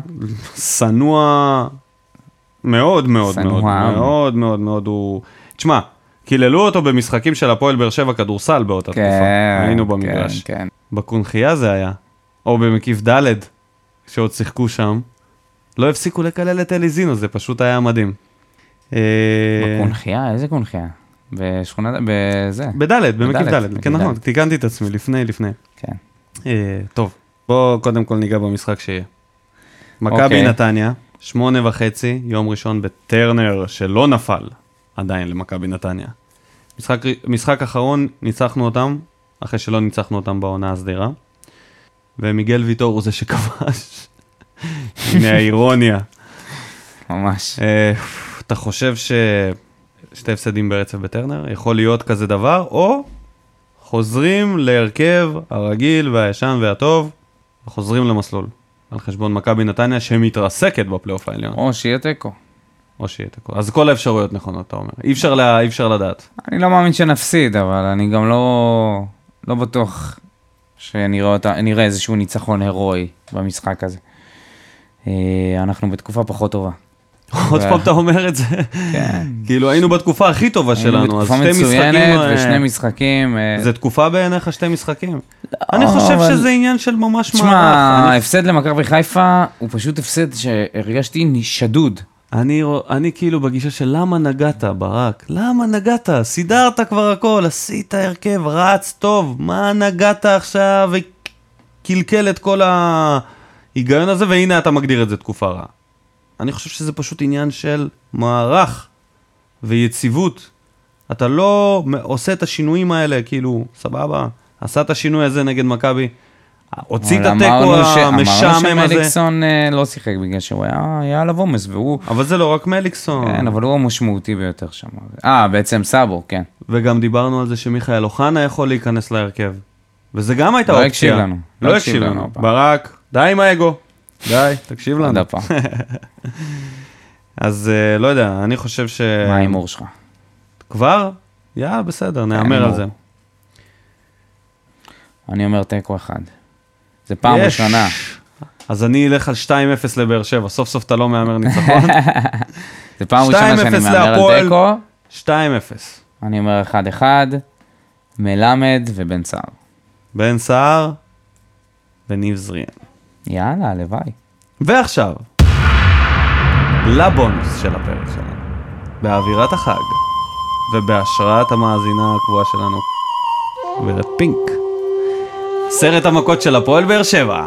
סנוע מאוד מאוד מאוד מאוד מאוד מאוד הוא... תשמע, קיללו אותו במשחקים של הפועל באר שבע כדורסל באותה תקופה. היינו במגרש. בקונחייה זה היה. או במקיף ד' שעוד שיחקו שם. לא הפסיקו לקלל את אלי זינו, זה פשוט היה מדהים. בקונחייה? איזה קונחייה? בשכונת... בזה? בד', במקיף ד', כן נכון, תיקנתי את עצמי לפני. כן. טוב, בואו קודם כל ניגע במשחק שיהיה. מכבי נתניה, 8:30, יום ראשון בטרנר, שלא נפל עדיין למכבי נתניה. משחק אחרון, ניצחנו אותם, אחרי שלא ניצחנו אותם בעונה הסדירה, ומיגל ויטור הוא זה שכבש. הנה האירוניה. ממש. אתה חושב ששתי הפסדים ברצף בטרנר, יכול להיות כזה דבר, או חוזרים להרכב הרגיל והישן והטוב, וחוזרים למסלול, על חשבון מכבי נתניה שמתרסקת בפלייאוף העליון. או שיהיה תיקו. אז כל האפשרויות נכונות, אתה אומר. אי אפשר לדעת. אני לא מאמין שנפסיד, אבל אני גם לא בטוח שנראה איזשהו ניצחון הירואי במשחק הזה. אנחנו בתקופה פחות טובה. עוד פעם אתה אומר את זה? כן. כאילו היינו בתקופה הכי טובה שלנו. היינו בתקופה מצוינת ושני משחקים. זה תקופה בעיניך שתי משחקים? אני חושב שזה עניין של ממש מערך. תשמע, ההפסד למכבי חיפה הוא פשוט הפסד שהרגשתי שדוד. אני כאילו בגישה של למה נגעת, ברק? למה נגעת? סידרת כבר הכל, עשית הרכב, רץ טוב, מה נגעת עכשיו וקלקל את כל ההיגיון הזה, והנה אתה מגדיר את זה תקופה רעה. אני חושב שזה פשוט עניין של מערך ויציבות. אתה לא עושה את השינויים האלה, כאילו, סבבה, עשה את השינוי הזה נגד מכבי, הוציא את הטקו המשעמם הזה. אמרנו שמליקסון לא שיחק בגלל שהוא היה עליו עומס, והוא... אבל זה לא רק מליקסון. כן, אבל הוא המשמעותי ביותר שם. בעצם סאבו, כן. וגם דיברנו על זה שמיכאל אוחנה יכול להיכנס להרכב. וזה גם הייתה לא אופציה. הקשיב לנו. לא הקשיב לנו. ברק, די עם האגו. די, תקשיב לנו. עוד הפעם. אז לא יודע, אני חושב ש... מה האימור שלך? כבר? יאללה, בסדר, נאמר על זה. אני אומר תיקו אחד. זה פעם ראשונה. אז אני אלך על 2-0 לבאר שבע, סוף סוף אתה לא מאמר ניצחון. זה פעם ראשונה שאני מאמר על תיקו. 2-0. אני אומר 1-1, מלמד ובן סער. בן סער וניב זריאן. יאללה, הלוואי. ועכשיו, לבונוס של הפרק שלנו, באווירת החג, ובהשראת המאזינה הקבועה שלנו, גברת פינק. סרט המכות של הפועל באר שבע.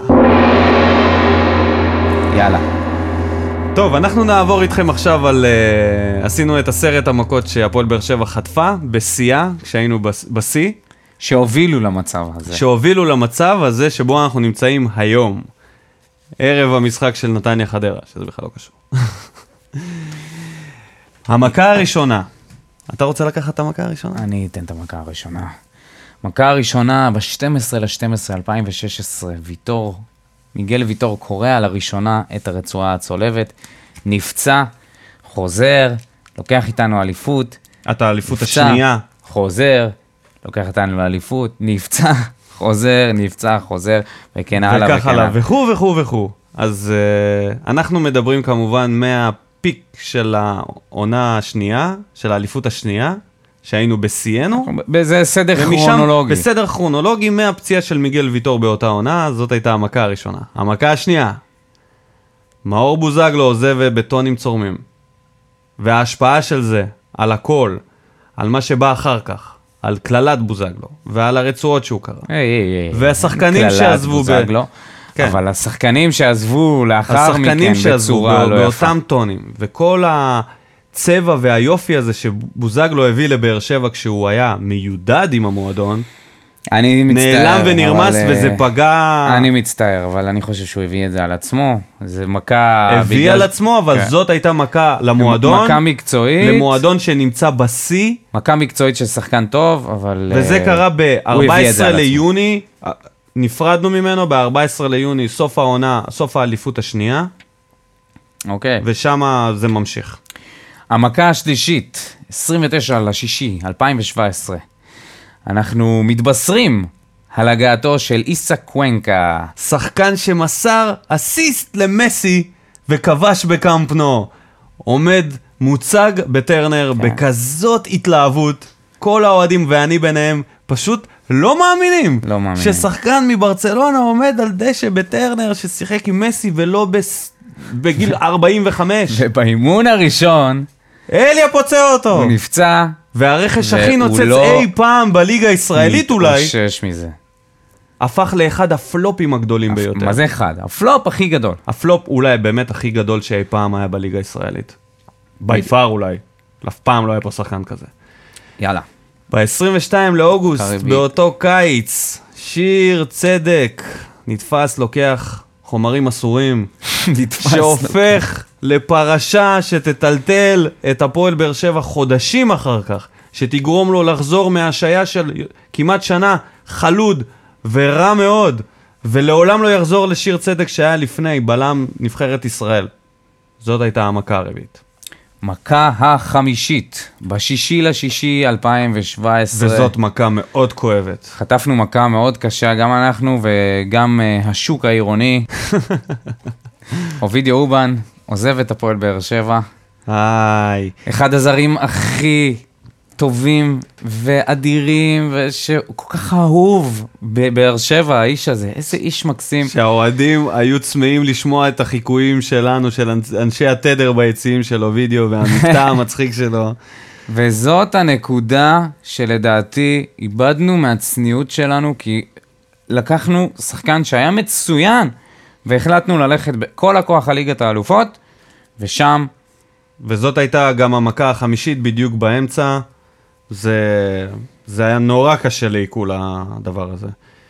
יאללה. טוב, אנחנו נעבור איתכם עכשיו על... עשינו את הסרט המכות שהפועל באר שבע חטפה, בשיאה, כשהיינו בשיא. שהובילו למצב הזה. שהובילו למצב הזה שבו אנחנו נמצאים היום. ערב המשחק של נתניה חדרה, שזה בכלל לא קשור. המכה הראשונה. אתה רוצה לקחת את המכה הראשונה? אני אתן את המכה הראשונה. מכה הראשונה ב-12/12/2016, מיגל ויטור קורא לראשונה את הרצועה הצולבת, נפצע, חוזר, לוקח איתנו אליפות. אתה האליפות השנייה. חוזר, לוקח איתנו לאליפות, נפצע, חוזר, וכן הלאה וכך הלאה, וכו'. אז אנחנו מדברים כמובן מהפיק של העונה השנייה, של האליפות השנייה, שהיינו בסיינו. זה סדר כרונולוגי. בסדר כרונולוגי, מהפציעה של מיגל ויטור באותה עונה, זאת הייתה המכה הראשונה. המכה השנייה, מאור בוזגלו עוזב בטונים צורמים. וההשפעה של זה על הכל, על מה שבא אחר כך, על כללת בוזגלו, ועל הרצועות שהוא קרא. והשחקנים שעזבו כן. אבל השחקנים שעזבו לאחר מכן בצורה לא יפה. באותם טונים, וכל הצבע והיופי הזה שבוזגלו הביא לבאר שבע כשהוא היה מיודד עם המועדון, אני מצטער, נעלם ונרמס וזה פגע... אני מצטער, אבל אני חושב שהוא הביא את זה על עצמו. זה מכה... הביא על עצמו, אבל כן. זאת הייתה מכה למועדון. מכה מקצועית. למועדון שנמצא בשיא. מכה מקצועית של שחקן טוב, אבל... וזה קרה ב-14 ליוני, נפרדנו ממנו ב-14 ליוני, סוף העונה, סוף האליפות השנייה. אוקיי. ושם זה ממשיך. המכה השלישית, 29/6/2017. אנחנו מתבשרים על הגעתו של איסק קוונקה. שחקן שמסר אסיסט למסי וכבש בקאמפ נו. עומד מוצג בטרנר כן. בכזאת התלהבות. כל האוהדים ואני ביניהם פשוט לא מאמינים. לא מאמינים. ששחקן מברצלונה עומד על דשא בטרנר ששיחק עם מסי ולא בגיל 45. ובאימון הראשון... אליה פוצע אותו. הוא נפצע. והרכש הכי נוצץ אי פעם בליגה הישראלית אולי. מתפושש מזה. הפך לאחד הפלופים הגדולים ביותר. מה זה אחד? הפלופ הכי גדול. הפלופ אולי באמת הכי גדול שאי פעם היה בליגה הישראלית. ביפר אולי. אף פעם לא היה פה שחקן כזה. יאללה. ב-22 לאוגוסט, באותו קיץ, שיר צדק, נתפס, לוקח חומרים אסורים, שהופך לפרשה שתטלטל את הפועל באר שבע חודשים אחר כך, שתגרום לו לחזור מהשעיה של כמעט שנה, חלוד ורע מאוד, ולעולם לא יחזור לשיר צדק שהיה לפני, בלם נבחרת ישראל. זאת הייתה המכה הרביעית. מכה החמישית, ב-6/6/2017. וזאת מכה מאוד כואבת. חטפנו מכה מאוד קשה, גם אנחנו וגם השוק העירוני. אובידיו אובן עוזב את הפועל באר שבע. היי. אחד הזרים הכי טובים ואדירים, ושהוא כל כך אהוב בבאר שבע, האיש הזה. איזה איש מקסים. שהאוהדים היו צמאים לשמוע את החיקויים שלנו, של אנשי התדר ביציעים של אובידיו, והמבטא המצחיק שלו. וזאת הנקודה שלדעתי איבדנו מהצניעות שלנו, כי לקחנו שחקן שהיה מצוין, והחלטנו ללכת בכל הכוח על ליגת האלופות, ושם... וזאת הייתה גם המכה החמישית בדיוק באמצע. זה היה נורא קשה לעיכול הדבר הזה.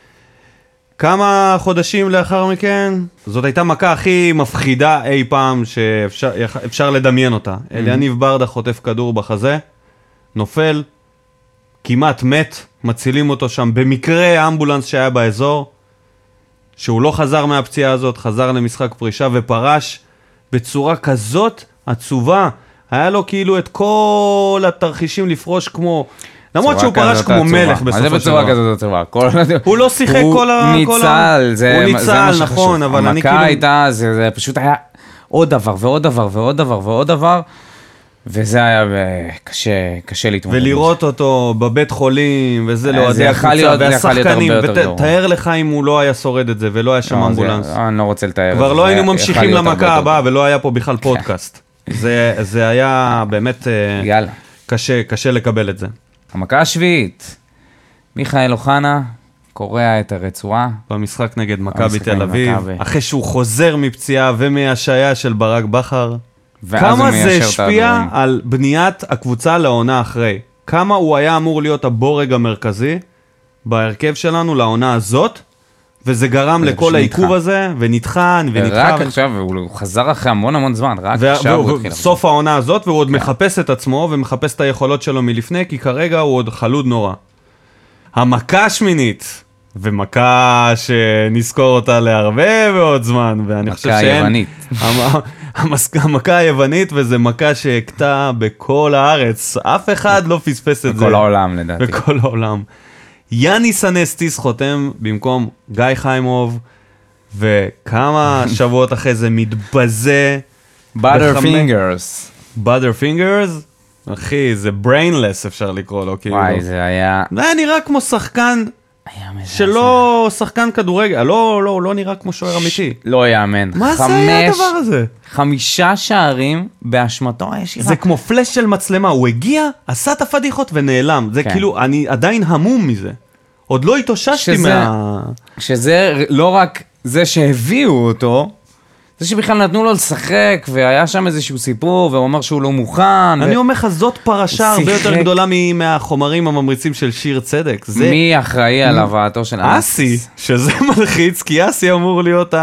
כמה חודשים לאחר מכן, זאת הייתה מכה הכי מפחידה אי פעם שאפשר לדמיין אותה. אליניב ברדה חוטף כדור בחזה, נופל, כמעט מת, מצילים אותו שם במקרה אמבולנס שהיה באזור, שהוא לא חזר מהפציעה הזאת, חזר למשחק פרישה ופרש בצורה כזאת עצובה. היה לו כאילו את כל התרחישים לפרוש כמו... למרות שהוא פרש כמו מלך בסופו של דבר. מה זה בצורה כזאת עצובה? הוא לא שיחק כל ה... הוא ניצל, זה מה שחשוב. נכון, אבל אני כאילו... המכה הייתה, זה פשוט היה עוד דבר ועוד דבר ועוד דבר ועוד דבר, וזה היה קשה להתמודד. ולראות אותו בבית חולים, וזה לאוהדי הקבוצה, והשחקנים, ותאר לך אם הוא לא היה שורד את זה, ולא היה שם אמבולנס. אני לא רוצה לתאר. כבר לא היינו ממשיכים למכה הבאה, ולא היה פה בכלל פודקאסט. זה היה באמת קשה לקבל את זה. המכה השביעית, מיכאל אוחנה קורע את הרצועה. במשחק נגד מכבי תל אביב, אחרי שהוא חוזר מפציעה ומהשעיה של ברק בכר. כמה זה השפיע על בניית הקבוצה לעונה אחרי? כמה הוא היה אמור להיות הבורג המרכזי בהרכב שלנו לעונה הזאת, וזה גרם לכל העיכוב הזה, ונדחן, רק עכשיו, הוא חזר אחרי המון זמן, רק עכשיו הוא התחיל. סוף העונה הזאת, והוא עוד מחפש את עצמו, ומחפש את היכולות שלו מלפני, כי כרגע הוא עוד חלוד נורא. המכה השמינית, ומכה שנזכור אותה להרבה מאוד זמן, ואני חושב שאין... המכה היוונית, וזה מכה שהקטע בכל הארץ. אף אחד לא פספס את זה. בכל העולם, לדעתי. בכל העולם. יאניס אנסטיס חותם במקום גיא חיימוב, וכמה שבועות אחרי זה מתבזה. Butterfingers. Butterfingers? אחי, זה brainless אפשר לקרוא לו. וואי, זה היה... זה היה נראה כמו שחקן... שלא שחקן כדורגל, לא נראה כמו שוער אמיתי. לא יאמן. מה זה היה הדבר הזה? 5 שערים באשמתו הישירה. זה כמו פלש של מצלמה, הוא הגיע, עשה את הפדיחות ונעלם. זה כאילו, אני עדיין המום מזה. עוד לא התאוששתי שזה לא רק זה שהביאו אותו, זה שבכלל נתנו לו לשחק, והיה שם איזשהו סיפור, והוא אמר שהוא לא מוכן. אני אומר לך, זאת פרשה הרבה יותר גדולה מהחומרים הממריצים של שיר צדק. מי אחראי על הבאתו של אסי, שזה מלחיץ, כי אסי אמור להיות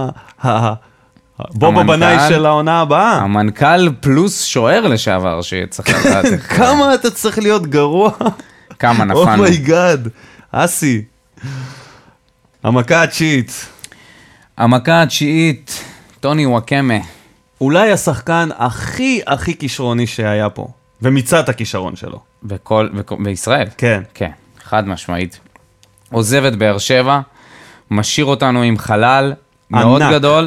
בובה בנאי של העונה הבאה. המנכ"ל פלוס שוער לשעבר שצריך לדעת. כמה אתה צריך להיות גרוע. כמה נפלנו. אומייגאד, אסי. המכה התשיעית. המכה התשיעית, טוני וואקמה. אולי השחקן הכי כישרוני שהיה פה, ומיצת הכישרון שלו. בישראל? כן. כן, חד משמעית. עוזב את באר שבע, משאיר אותנו עם חלל מאוד גדול,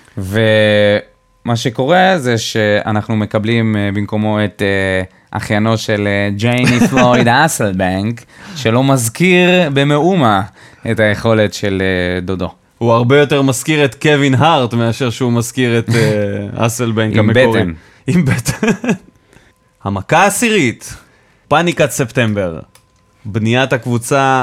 ומה שקורה זה שאנחנו מקבלים במקומו את אחיינו של ג'ייני פלויד אסלבנק, שלא מזכיר במאומה את היכולת של דודו. הוא הרבה יותר מזכיר את קווין הארט, מאשר שהוא מזכיר את אסלבנק המקורי. עם בטן. המכה העשירית, פאניקת ספטמבר. בניית הקבוצה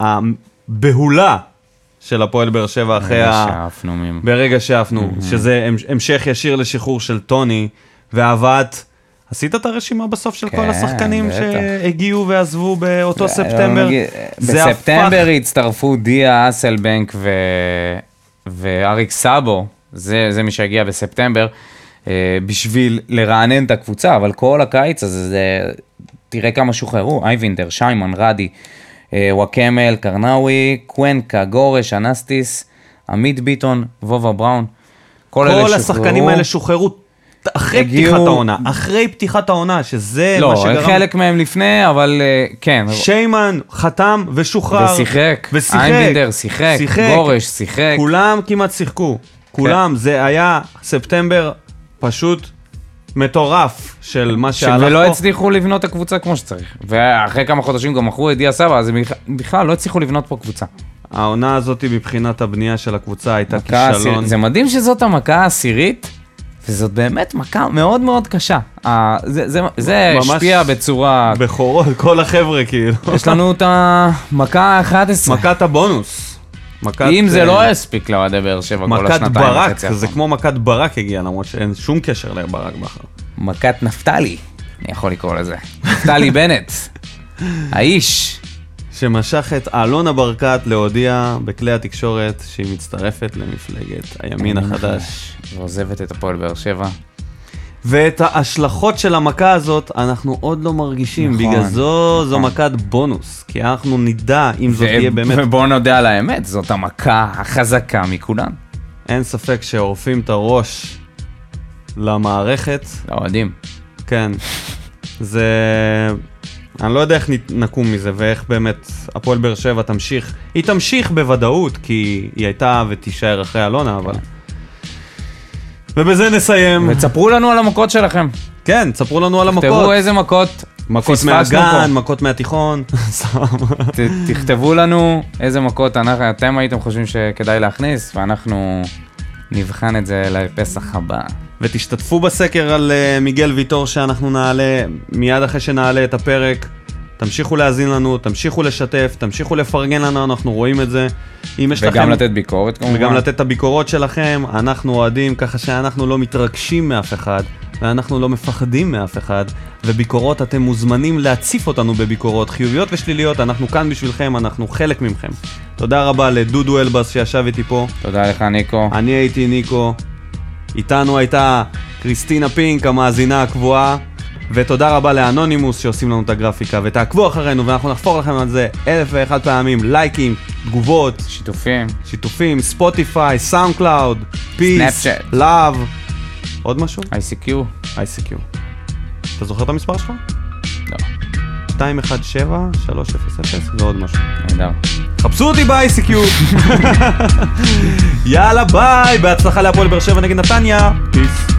הבהולה של הפועל באר שבע אחרי ברגע שאפנו, שזה המשך ישיר לשחרור של טוני, והבאת... עשית את הרשימה בסוף של כל השחקנים שהגיעו ועזבו באותו ספטמבר? בספטמבר הצטרפו דיה, אסלבנק ואריק סאבו, זה מי שהגיע בספטמבר, בשביל לרענן את הקבוצה, אבל כל הקיץ הזה, תראה כמה שוחררו, אייבינדר, שיימן, רדי, וואקמל, קרנאווי, קוונקה, גורש, אנסטיס, עמית ביטון, וובה בראון, כל השחקנים האלה שוחררו אחרי פתיחת העונה, אחרי פתיחת העונה, שזה מה שגרם... לא, חלק מהם לפני, אבל כן. שיימן חתם ושוחרר. ושיחק. אייבינדר שיחק, גורש שיחק. כולם כמעט שיחקו. כולם, זה היה ספטמבר פשוט מטורף של מה שהלך פה. ולא הצליחו לבנות את הקבוצה כמו שצריך. ואחרי כמה חודשים גם מכרו את דיה סבא, אז בכלל לא הצליחו לבנות פה קבוצה. העונה הזאת מבחינת הבנייה של הקבוצה הייתה כישלון. זה מדהים שזאת המכה העשירית, וזאת באמת מכה מאוד מאוד קשה. זה השפיע בצורה... בכורות, כל החבר'ה כאילו. יש לנו את המכה ה-11. מכת הבונוס. אם זה לא הספיק לאוהדי באר שבע כל השנתיים וחצי. זה כמו מכת ברק הגיע, למרות שאין שום קשר לברק בכר. מכת נפתלי, אני יכול לקרוא לזה. נפתלי בנט, האיש. שמשך את אלונה ברקת להודיע בכלי התקשורת שהיא מצטרפת למפלגת הימין החדש. ועוזבת את הפועל באר שבע. ואת ההשלכות של המכה הזאת אנחנו עוד לא מרגישים, נכון, בגלל זו נכון. מכת בונוס, כי אנחנו נדע אם זאת תהיה באמת... ובואו נודה על האמת, זאת המכה החזקה מכולן. אין ספק שעורפים את הראש למערכת, לאוהדים. כן, זה... אני לא יודע איך נקום מזה, ואיך באמת הפועל באר שבע תמשיך. היא תמשיך בוודאות, כי היא הייתה ותישאר אחרי אלונה, אבל... ובזה נסיים. ותספרו לנו על המכות שלכם. כן, תספרו לנו על המכות. תכתבו איזה מכות מכות פספסנו מהגן, פה. מכות מהתיכון. תכתבו לנו איזה מכות אתם הייתם חושבים שכדאי להכניס, ואנחנו נבחן את זה לפסח הבא. ותשתתפו בסקר על מיגל ויטור שאנחנו נעלה מיד אחרי שנעלה את הפרק. תמשיכו להאזין לנו, תמשיכו לשתף, תמשיכו לפרגן לנו, אנחנו רואים את זה. וגם לתת ביקורת כמובן. וגם לתת את הביקורות שלכם. אנחנו אוהדים ככה שאנחנו לא מתרגשים מאף אחד, ואנחנו לא מפחדים מאף אחד. וביקורות, אתם מוזמנים להציף אותנו בביקורות חיוביות ושליליות. אנחנו כאן בשבילכם, אנחנו חלק מכם. תודה רבה לדודו אלבס שישב איתי פה. תודה לך ניקו. אני הייתי ניקו. איתנו הייתה קריסטינה פינק, המאזינה הקבועה. ותודה רבה לאנונימוס שעושים לנו את הגרפיקה, ותעקבו אחרינו ואנחנו נחפור לכם על זה 1001 פעמים, לייקים, תגובות, שיתופים, ספוטיפיי, סאונד קלאוד, פיס, לאב, עוד משהו? ICQ. אתה זוכר את המספר שלך? לא. 217-300 ועוד משהו. נהדר. חפשו אותי ב-ICQ. יאללה ביי, בהצלחה להפועל באר שבע נגד נתניה. פיס.